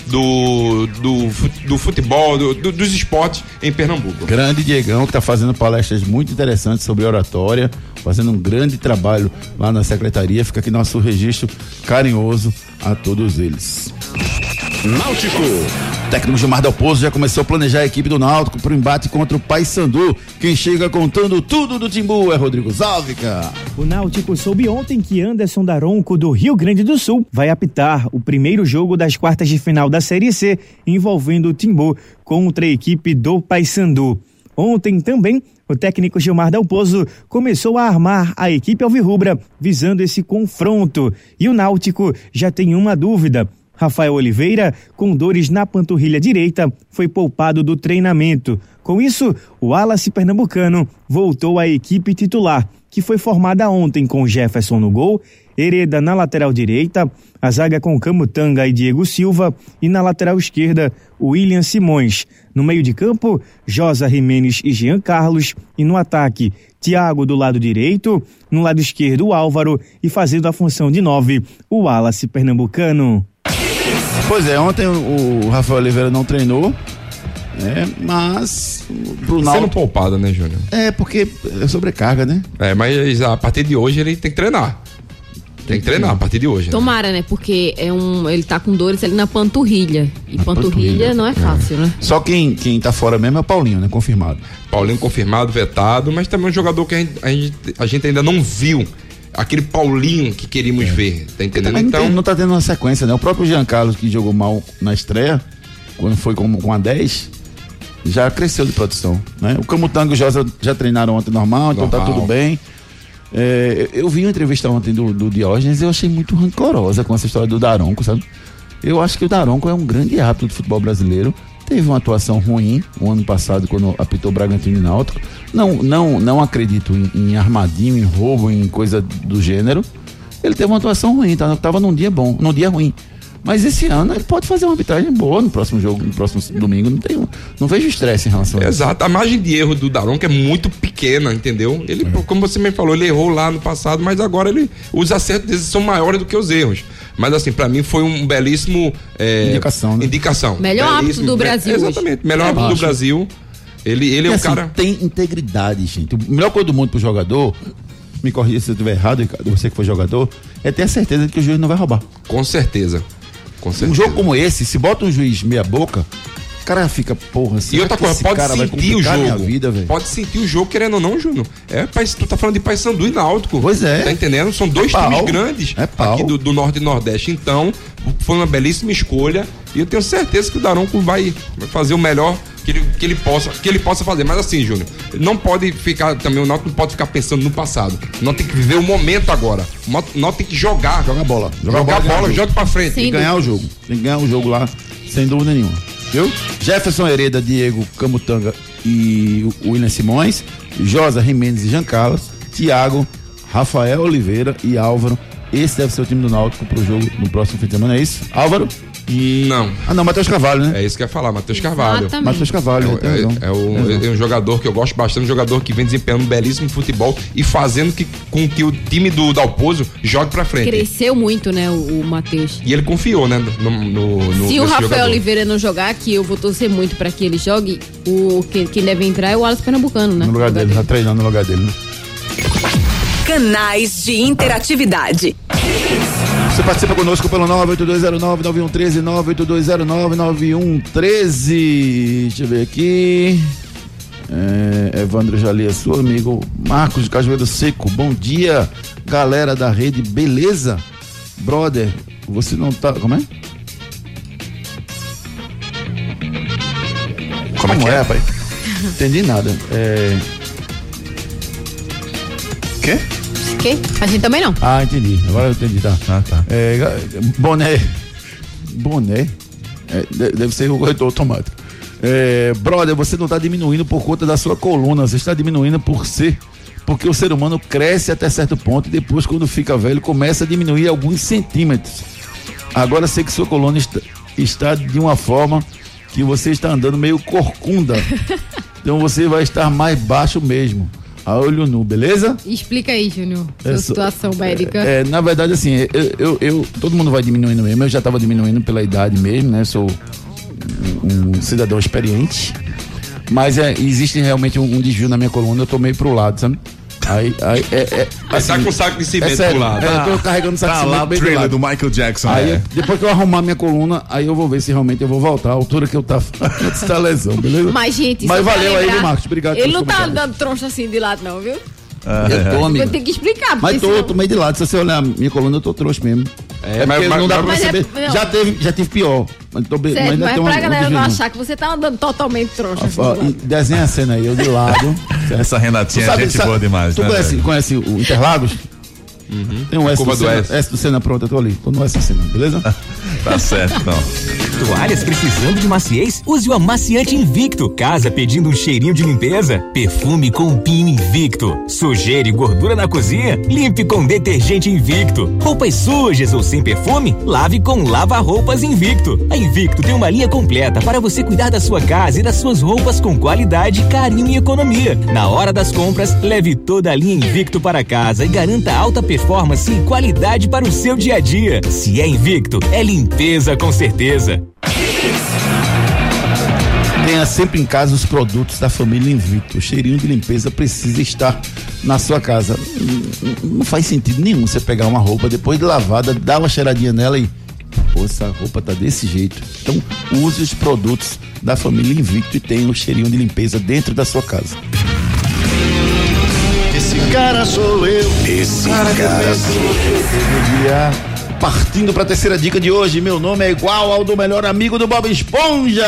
do futebol, dos esportes em Pernambuco. Grande Diegão, que está fazendo palestras muito interessantes sobre oratória, fazendo um grande trabalho lá na secretaria. Fica aqui nosso registro carinhoso a todos eles. Náutico. O técnico Gilmar Dalpozo já começou a planejar a equipe do Náutico para o embate contra o Paysandu. Quem chega contando tudo do Timbu é Rodrigo Zálvica. O Náutico soube ontem que Anderson Daronco, do Rio Grande do Sul, vai apitar o primeiro jogo das quartas de final da Série C, envolvendo o Timbu contra a equipe do Paysandu. Ontem também, o técnico Gilmar Dalpozo começou a armar a equipe alvirrubra visando esse confronto. E o Náutico já tem uma dúvida. Rafael Oliveira, com dores na panturrilha direita, foi poupado do treinamento. Com isso, o Wallace pernambucano voltou à equipe titular, que foi formada ontem com Jefferson no gol, Hereda na lateral direita, a zaga com Camutanga e Diego Silva, e na lateral esquerda, William Simões. No meio de campo, Josa Jimenez e Jean Carlos, e no ataque, Thiago do lado direito, no lado esquerdo o Álvaro, e fazendo a função de 9, o Wallace pernambucano. Pois é, ontem o Rafael Oliveira não treinou, mas pro Náutico... Sendo poupado, né, Júnior? Porque é sobrecarga, né? Mas a partir de hoje ele tem que treinar. Tem que treinar a partir de hoje. Tomara, né? Porque ele tá com dores ali na panturrilha. E panturrilha não é fácil, né? Só quem tá fora mesmo é o Paulinho, né? Confirmado. Paulinho confirmado, vetado, mas também um jogador que a gente ainda não viu. Aquele Paulinho que queríamos ver, tá entendendo? Então não tá tendo uma sequência, né? O próprio Jean Carlos, que jogou mal na estreia, quando foi com a 10, já cresceu de produção, né? O Camutanga e o Josa já treinaram ontem normal, então tá tudo bem. Eu vi uma entrevista ontem do Diógenes e eu achei muito rancorosa com essa história do Daronco, sabe? Eu acho que o Daronco é um grande árbitro do futebol brasileiro. Teve uma atuação ruim o ano passado quando apitou Bragantino e Náutico. Não acredito em armadinho, em roubo, em coisa do gênero. Ele teve uma atuação ruim, tava num dia bom, num dia ruim. Mas esse ano ele pode fazer uma arbitragem boa no próximo jogo, no próximo domingo. Não vejo estresse em relação a isso. Exato, a margem de erro do Daronco é muito pequena, entendeu? Ele, como você me falou, ele errou lá no passado, mas agora os acertos deles são maiores do que os erros. Mas assim, pra mim foi um belíssimo indicação. Melhor árbitro do Brasil. Exatamente, melhor árbitro do Brasil. Ele é um cara... Tem integridade, gente. A melhor coisa do mundo pro jogador, me corrija se eu estiver errado, Ricardo, você que foi jogador, é ter a certeza de que o juiz não vai roubar. Com certeza. Um jogo como esse, se bota um juiz meia boca, o cara fica, porra, e outra coisa, pode sentir o jogo. Vida, pode sentir o jogo, querendo ou não, Júnior. Tu tá falando de Paysandu e Náutico. Pois é. Tá entendendo? São dois times grandes aqui do Norte e Nordeste. Então, foi uma belíssima escolha e eu tenho certeza que o Daronco vai fazer o melhor que ele possa fazer. Mas assim, Júnior, não pode ficar também, o Náutico não pode ficar pensando no passado. O Náutico tem que viver o momento agora. O Náutico tem que jogar. Jogar bola. Jogar bola, joga pra frente. Tem que ganhar o jogo. Tem que ganhar o jogo lá, sem dúvida nenhuma. Viu? Jefferson, Hereda, Diego, Camutanga e o William Simões, Josa, Jimenez e Jean Carlos, Thiago, Rafael Oliveira e Álvaro. Esse deve ser o time do Náutico pro jogo no próximo fim de semana, é isso? Álvaro? Não. Matheus Carvalho, né? É isso que eu ia falar, Matheus Carvalho. Matheus Carvalho, é um jogador que eu gosto bastante, um jogador que vem desempenhando um belíssimo futebol e fazendo com que o time do Dalpozo jogue pra frente. Cresceu muito, né, o Matheus. E ele confiou, né, no Se o Rafael jogador. Oliveira não jogar, que eu vou torcer muito pra que ele jogue, quem deve entrar é o Wallace pernambucano, né? No lugar dele, tá treinando no lugar dele, né? Canais de interatividade. Você participa conosco pelo 98209-9113, 98209-9113. Deixa eu ver aqui. Evandro Jalia, seu amigo Marcos de Cajueiro Seco. Bom dia, galera da rede, beleza? Brother, você não tá... Como é? Como é, rapaz? Entendi nada. Quê? Que? A gente também não. Ah, entendi. Agora eu entendi, tá. Boné. Deve ser o corretor automático. Brother, você não está diminuindo por conta da sua coluna, você está diminuindo porque o ser humano cresce até certo ponto e depois, quando fica velho, começa a diminuir alguns centímetros. Agora sei que sua coluna está de uma forma que você está andando meio corcunda. Então você vai estar mais baixo mesmo. a olho nu, beleza? Explica aí, Júnior, sua situação médica. Na verdade, assim, todo mundo vai diminuindo mesmo, eu já tava diminuindo pela idade mesmo, né? Sou um cidadão experiente, mas existe realmente um desvio na minha coluna, eu tô meio pro lado, sabe? Aí assim, tá com o saco de cimento pro lado. Eu tô carregando o saco de cimento lá o trailer do Michael Jackson. Aí, depois que eu arrumar minha coluna, aí eu vou ver se realmente eu vou voltar à altura que eu tava antes da lesão, beleza? Mas, gente, mas valeu lembrar, aí, viu, Marcos? Obrigado. Ele não tá andando troncho assim de lado, não, viu? Eu tô, amigo. Eu tenho que explicar. Mas tô meio de lado. Se você olhar a minha coluna, eu tô trouxa mesmo. Porque não dá pra perceber. Já tive pior. Mas pra galera não achar que você tá andando totalmente troncho. Desenha a cena aí, eu de lado. Essa Renatinha é gente boa demais. Tu conhece o Interlagos? Tem um S do Senna pronto, eu tô ali. Tô no S do Senna, beleza? Tá certo, então. Toalhas precisando de maciez? Use o amaciante Invicto. Casa pedindo um cheirinho de limpeza? Perfume com PIN Invicto. Sujeira e gordura na cozinha? Limpe com detergente Invicto. Roupas sujas ou sem perfume? Lave com lava-roupas Invicto. A Invicto tem uma linha completa para você cuidar da sua casa e das suas roupas com qualidade, carinho e economia. Na hora das compras, leve toda a linha Invicto para casa e garanta alta performance e qualidade para o seu dia a dia. Se é Invicto, é limpeza com certeza. Tenha sempre em casa os produtos da família Invicto. O cheirinho de limpeza precisa estar na sua casa. Não faz sentido nenhum você pegar uma roupa depois de lavada, dar uma cheiradinha nela e pô, essa roupa tá desse jeito. Então use os produtos da família Invicto e tenha o cheirinho de limpeza dentro da sua casa. Esse cara sou eu. Esse cara sou eu. Partindo para a terceira dica de hoje, meu nome é igual ao do melhor amigo do Bob Esponja.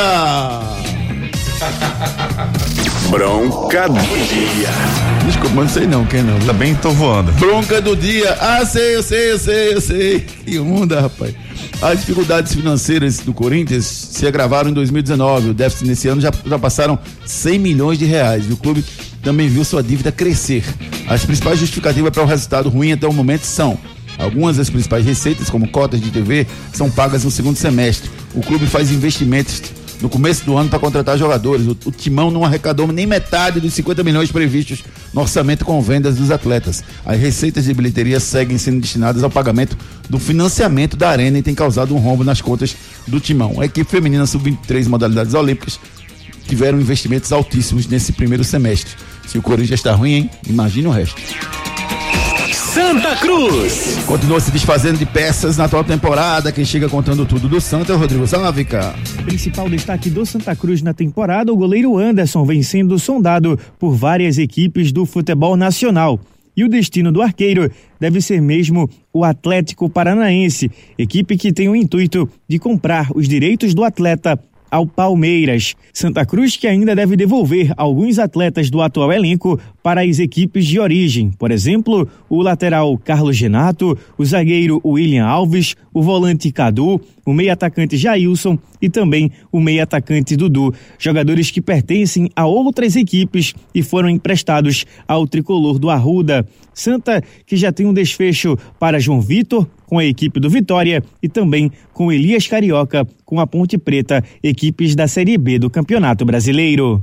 Bronca do dia. Desculpa, mas não sei não, quem não? Também tô voando. Bronca do dia. Eu sei. Que onda, rapaz. As dificuldades financeiras do Corinthians se agravaram em 2019. O déficit nesse ano já passaram 100 milhões de reais. E o clube também viu sua dívida crescer. As principais justificativas para o resultado ruim até o momento são: algumas das principais receitas, como cotas de TV, são pagas no segundo semestre. O clube faz investimentos no começo do ano para contratar jogadores. O Timão não arrecadou nem metade dos 50 milhões previstos no orçamento com vendas dos atletas. As receitas de bilheteria seguem sendo destinadas ao pagamento do financiamento da arena e tem causado um rombo nas contas do Timão. A equipe feminina sub-23 modalidades olímpicas tiveram investimentos altíssimos nesse primeiro semestre. Se o Corinthians está ruim, hein? Imagina o resto. Santa Cruz continua se desfazendo de peças na atual temporada. Quem chega contando tudo do Santa é o Rodrigo Sávica. Principal destaque do Santa Cruz na temporada, o goleiro Anderson vem sendo sondado por várias equipes do futebol nacional. E o destino do arqueiro deve ser mesmo o Atlético Paranaense, equipe que tem o intuito de comprar os direitos do atleta ao Palmeiras. Santa Cruz que ainda deve devolver alguns atletas do atual elenco para as equipes de origem. Por exemplo, o lateral Carlos Renato, o zagueiro William Alves, o volante Cadu, o meio-atacante Jailson e também o meio-atacante Dudu. Jogadores que pertencem a outras equipes e foram emprestados ao tricolor do Arruda. Santa que já tem um desfecho para João Vitor, com a equipe do Vitória, e também com Elias Carioca, com a Ponte Preta, equipes da Série B do Campeonato Brasileiro.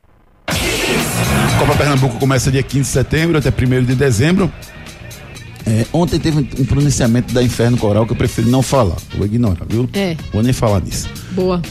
Copa Pernambuco começa dia 15 de setembro até 1º de dezembro. Ontem teve um pronunciamento da Inferno Coral que eu prefiro não falar, vou ignorar, viu? Vou nem falar disso. Boa.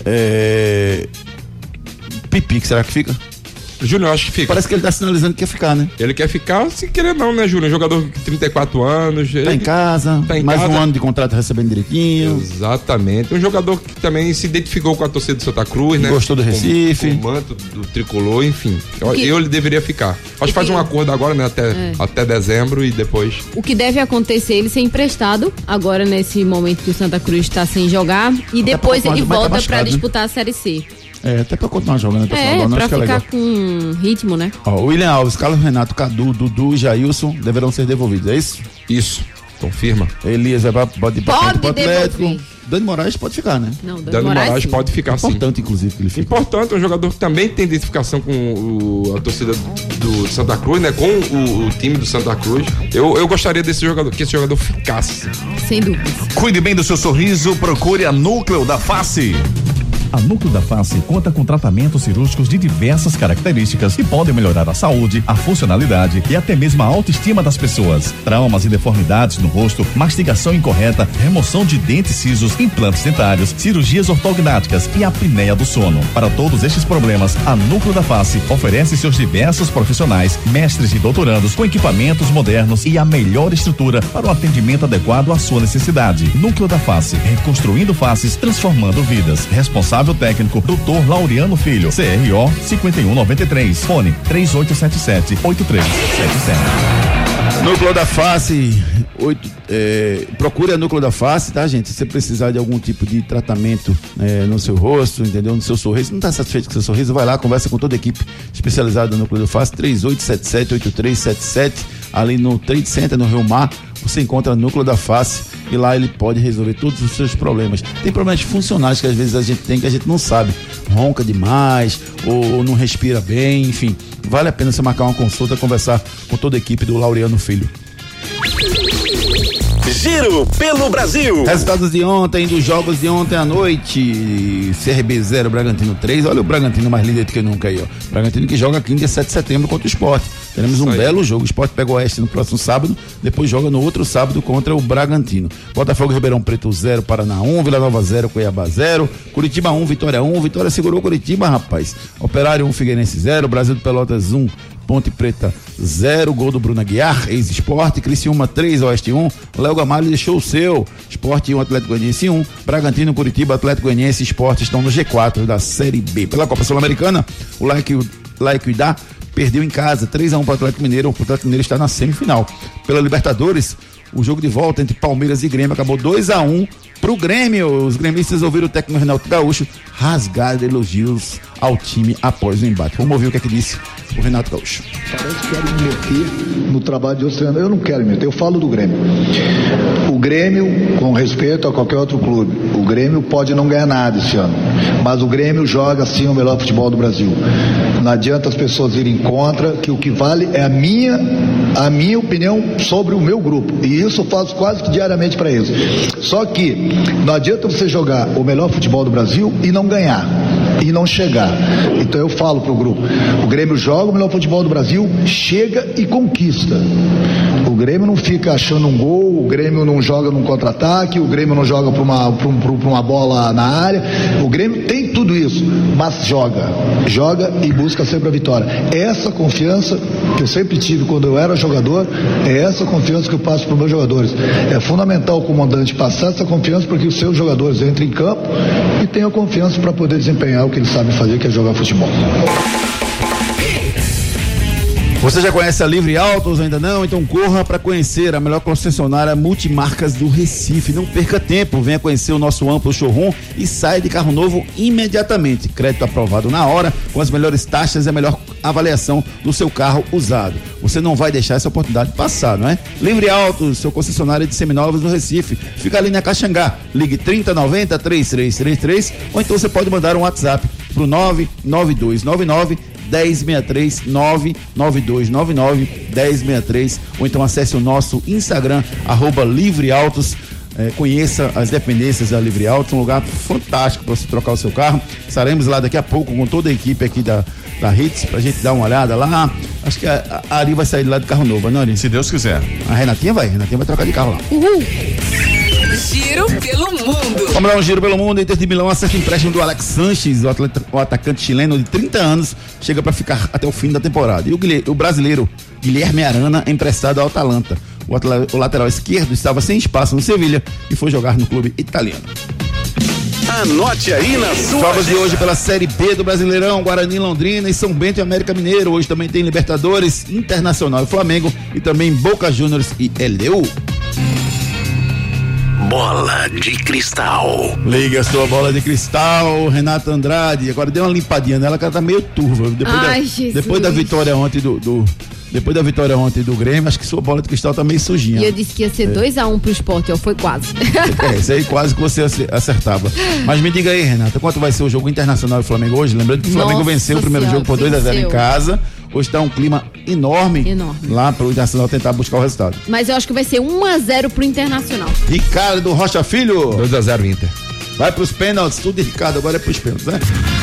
Pipi, será que fica? Júnior, acho que fica. Parece que ele tá sinalizando que quer ficar, né? Ele quer ficar, se querer não, né, Júnior? Jogador de 34 anos. Tá em casa, mais um ano de contrato recebendo direitinho. Exatamente. Um jogador que também se identificou com a torcida do Santa Cruz, né? Gostou do Recife. Com o manto do tricolor, enfim. Ele deveria ficar. Acho que faz um acordo agora, né? Até dezembro e depois. O que deve acontecer, ele ser emprestado agora nesse momento que o Santa Cruz está sem jogar e depois ele volta para disputar a Série C. Até pra continuar jogando até o final do ano, pra acho que ficar é legal. Com ritmo, né? William Alves, Carlos Renato, Cadu, Dudu e Jailson deverão ser devolvidos, é isso? Isso, confirma. Elias pode ir pro Atlético. Dani Moraes pode ficar, né? Não, Dani Moraes pode ficar, sim. Importante, inclusive, que ele fica. Importante, um jogador que também tem identificação com a torcida do Santa Cruz, né? Com o time do Santa Cruz. Eu gostaria que esse jogador ficasse. Sem dúvida. Cuide bem do seu sorriso, procure a Núcleo da Face. A Núcleo da Face conta com tratamentos cirúrgicos de diversas características que podem melhorar a saúde, a funcionalidade e até mesmo a autoestima das pessoas. Traumas e deformidades no rosto, mastigação incorreta, remoção de dentes cisos, implantes dentários, cirurgias ortognáticas e apneia do sono. Para todos estes problemas, a Núcleo da Face oferece seus diversos profissionais, mestres e doutorandos com equipamentos modernos e a melhor estrutura para o atendimento adequado à sua necessidade. Núcleo da Face, reconstruindo faces, transformando vidas. Responsável técnico, Dr. Laureano Filho, CRO 5193, fone 3877-8377. Núcleo da Face, procure a Núcleo da Face, tá, gente? Se você precisar de algum tipo de tratamento no seu rosto, entendeu? No seu sorriso, não está satisfeito com o seu sorriso, vai lá, conversa com toda a equipe especializada do Núcleo da Face, 3877-8377, ali no Trade Center, no Rio Mar, você encontra o Núcleo da Face e lá ele pode resolver todos os seus problemas. Tem problemas funcionais que às vezes a gente tem que a gente não sabe, ronca demais ou não respira bem, enfim, vale a pena você marcar uma consulta, conversar com toda a equipe do Laureano Filho. Giro pelo Brasil. Resultados de ontem, dos jogos de ontem à noite. CRB 0, Bragantino 3. Olha o Bragantino mais líder do que nunca aí, ó. Bragantino que joga aqui no dia 7 de setembro contra o Sport. Teremos um belo jogo. O Sport pega o Oeste no próximo sábado, depois joga no outro sábado contra o Bragantino. Botafogo, Ribeirão Preto 0, Paraná 1, Vila Nova 0, Cuiabá 0, Curitiba 1, Vitória 1. Vitória segurou Curitiba, rapaz. Operário 1, Figueirense 0, Brasil de Pelotas 1, Ponte Preta 0, gol do Bruno Aguiar, ex-Sport. Criciúma 3, Oeste 1, Léo Gamalho deixou o seu. Sport 1, Atlético Goianiense 1, Bragantino, Curitiba, Atlético Goianiense e Sport estão no G4 da Série B. Pela Copa Sul-Americana, o Laiquidá perdeu em casa 3-1 para o Atlético Mineiro. O Atlético Mineiro está na semifinal. Pela Libertadores, o jogo de volta entre Palmeiras e Grêmio acabou 2-1 pro Grêmio. Os gremistas ouviram o técnico Renato Gaúcho rasgar elogios ao time após o embate. Vamos ouvir o que é que disse o Renato Gaúcho. Parece que querem me meter no trabalho de outros treinadores. Eu não quero me meter, eu falo do Grêmio. O Grêmio, com respeito a qualquer outro clube, o Grêmio pode não ganhar nada esse ano, mas o Grêmio joga sim o melhor futebol do Brasil. Não adianta as pessoas irem contra, que o que vale é a minha opinião sobre o meu grupo, e isso eu faço quase que diariamente para eles. Só que não adianta você jogar o melhor futebol do Brasil e não ganhar, e não chegar. Então eu falo pro grupo, o Grêmio joga o melhor futebol do Brasil, chega e conquista. O Grêmio não fica achando um gol, o Grêmio não joga num contra-ataque, o Grêmio não joga pra uma bola na área. O Grêmio tem tudo isso, mas joga e busca sempre a vitória. Essa confiança que eu sempre tive quando eu era jogador, é essa confiança que eu passo para os meus jogadores. É fundamental o comandante passar essa confiança para que os seus jogadores entrem em campo e tenham confiança para poder desempenhar o que eles sabem fazer, que é jogar futebol. Você já conhece a Livre Autos? Ainda não? Então corra para conhecer a melhor concessionária multimarcas do Recife. Não perca tempo, venha conhecer o nosso amplo showroom e saia de carro novo imediatamente. Crédito aprovado na hora, com as melhores taxas e a melhor avaliação do seu carro usado. Você não vai deixar essa oportunidade passar, não é? Livre Autos, seu concessionário de seminovos do Recife. Fica ali na Caxangá. Ligue 3090-3333 ou então você pode mandar um WhatsApp pro 99299-1063, 99299-1063, ou então acesse o nosso Instagram, @livreautos. Conheça as dependências da Livre Autos, um lugar fantástico para você trocar o seu carro. Estaremos lá daqui a pouco com toda a equipe aqui da Hits, pra gente dar uma olhada lá. Acho que a Ari vai sair de lá de carro novo, não, Ari? Se Deus quiser. A Renatinha vai trocar de carro lá. Uhul! Giro pelo mundo. Vamos dar um giro pelo mundo. Inter de Milão acerta empréstimo do Alex Sanches, o atacante chileno de 30 anos, chega para ficar até o fim da temporada. E o brasileiro Guilherme Arana é emprestado ao Atalanta. O lateral esquerdo estava sem espaço no Sevilha e foi jogar no clube italiano. Anote aí na sua Jogos de hoje pela Série B do Brasileirão: Guarani, Londrina e São Bento e América Mineiro. Hoje também tem Libertadores, Internacional e Flamengo, e também Boca Juniors e LDU. Bola de cristal. Liga a sua bola de cristal, Renata Andrade. Agora deu uma limpadinha nela, que ela tá meio turva. Depois da vitória ontem depois da vitória ontem do Grêmio, acho que sua bola de cristal tá meio sujinha. E eu disse que ia ser 2-1 pro Sport, foi quase. Isso aí quase que você acertava. Mas me diga aí, Renata, quanto vai ser o jogo Internacional e Flamengo hoje? Lembrando que o Flamengo venceu o primeiro jogo por 2-0 em casa. Hoje está um clima enorme lá pro Internacional tentar buscar o resultado. Mas eu acho que vai ser 1-0 pro Internacional. Ricardo Rocha Filho. 2-0 Inter. Vai pros pênaltis, tudo de Ricardo, agora é pros pênaltis, né?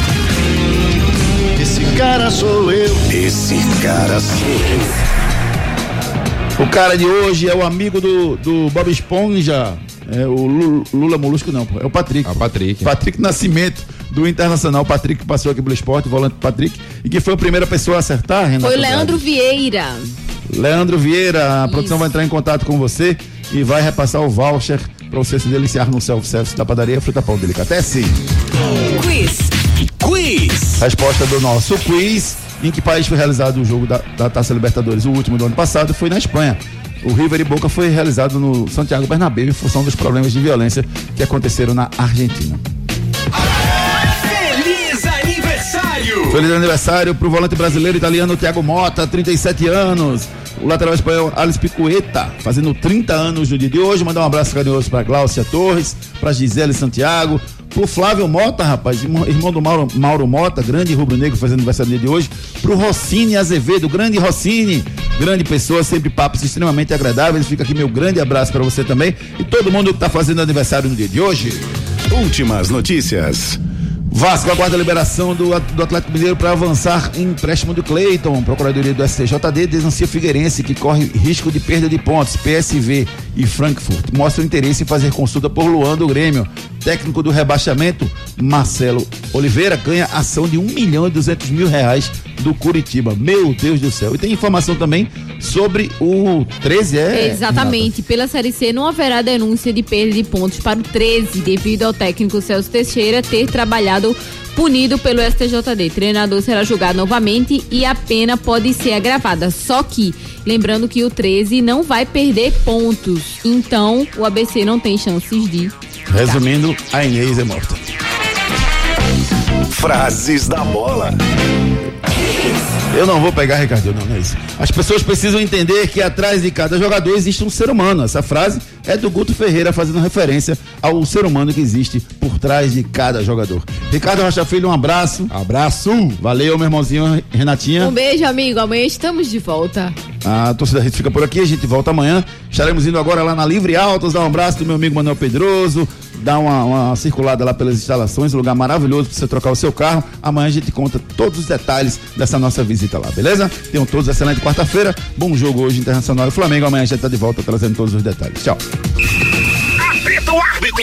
Esse cara sou eu. Esse cara sou eu. O cara de hoje é o amigo do Bob Esponja. É o Lula Molusco, não, pô. É o Patrick. Patrick Nascimento, do Internacional. O Patrick que passou aqui pelo esporte, o volante Patrick, e que foi a primeira pessoa a acertar, Renato. Foi o Leandro Vieira. Leandro Vieira, a produção vai entrar em contato com você e vai repassar o voucher para você se deliciar no self-service da padaria Fruta Pão Delicatessen. Quiz. Resposta do nosso quiz: em que país foi realizado o jogo da Taça Libertadores? O último do ano passado foi na Espanha. O River e Boca foi realizado no Santiago Bernabéu em função dos problemas de violência que aconteceram na Argentina. Feliz aniversário! Feliz aniversário pro volante brasileiro italiano Thiago Motta, 37 anos. O lateral espanhol Alex Picueta, fazendo 30 anos no dia de hoje. Mandar um abraço carinhoso pra Gláucia Torres, pra Gisele Santiago, pro Flávio Mota, rapaz, irmão do Mauro Mota, grande rubro-negro, fazendo aniversário no dia de hoje. Pro Rossini Azevedo, grande Rossini, grande pessoa, sempre papos extremamente agradáveis. Fica aqui meu grande abraço pra você também e todo mundo que tá fazendo aniversário no dia de hoje. Últimas notícias. Vasco aguarda a liberação do Atlético Mineiro para avançar em empréstimo do Cleiton. Procuradoria do STJD denuncia Figueirense, que corre risco de perda de pontos. PSV e Frankfurt mostram interesse em fazer consulta por Luan do Grêmio. Técnico do rebaixamento, Marcelo Oliveira, ganha ação de R$1.200.000 do Curitiba. Meu Deus do céu. E tem informação também sobre o 13, Exatamente. Pela Série C não haverá denúncia de perda de pontos para o 13, devido ao técnico Celso Teixeira ter trabalhado punido pelo STJD. O treinador será julgado novamente e a pena pode ser agravada. Só que, lembrando que o 13 não vai perder pontos. Então, o ABC não tem chances de... Resumindo, a Inês é morta. Frases da bola. Eu não vou pegar, Ricardo, não é isso. As pessoas precisam entender que atrás de cada jogador existe um ser humano. Essa frase é do Guto Ferreira, fazendo referência ao ser humano que existe por trás de cada jogador. Ricardo Rocha Filho, um abraço. Abraço. Valeu, meu irmãozinho Renatinha. Um beijo, amigo. Amanhã estamos de volta. A torcida Rede fica por aqui, a gente volta amanhã. Estaremos indo agora lá na Livre Autos, dar um abraço do meu amigo Manuel Pedroso, dar uma circulada lá pelas instalações, um lugar maravilhoso para você trocar o seu carro. Amanhã a gente conta todos os detalhes dessa nossa visita lá, beleza? Tenham todos excelente quarta-feira, bom jogo hoje, Internacional e Flamengo. Amanhã a gente tá de volta trazendo todos os detalhes. Tchau. Apita o árbitro!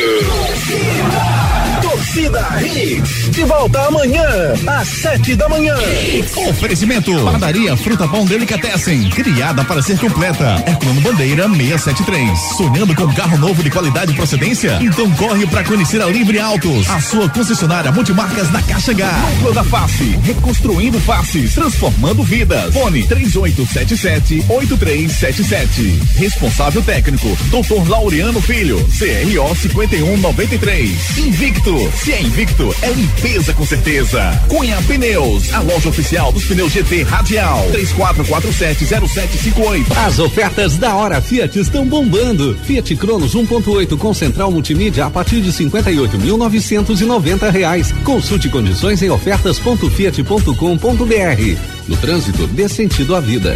Torcida Hits, de volta amanhã, às 7 da manhã. Oferecimento: Padaria Fruta Pão Delicatessen, criada para ser completa. Herculano Bandeira 673. Sonhando com carro novo de qualidade e procedência? Então corre para conhecer a Livre Autos, a sua concessionária multimarcas na Caixa H. Núcleo da Face, reconstruindo faces, transformando vidas. Fone 3877-8377. Responsável técnico, Dr. Laureano Filho, CRO 5193. Invicto, se é Invicto, é limpeza com certeza. Cunha Pneus, a loja oficial dos pneus GT Radial, 34470758. As ofertas da Hora Fiat estão bombando. Fiat Cronos 1.8 com central multimídia a partir de R$58.990. Consulte condições em ofertas.fiat.com.br. No trânsito, dê sentido à vida.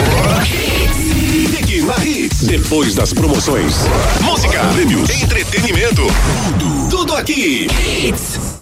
Fique na Hits. Depois das promoções, música, prêmios, entretenimento, tudo aqui. Hits.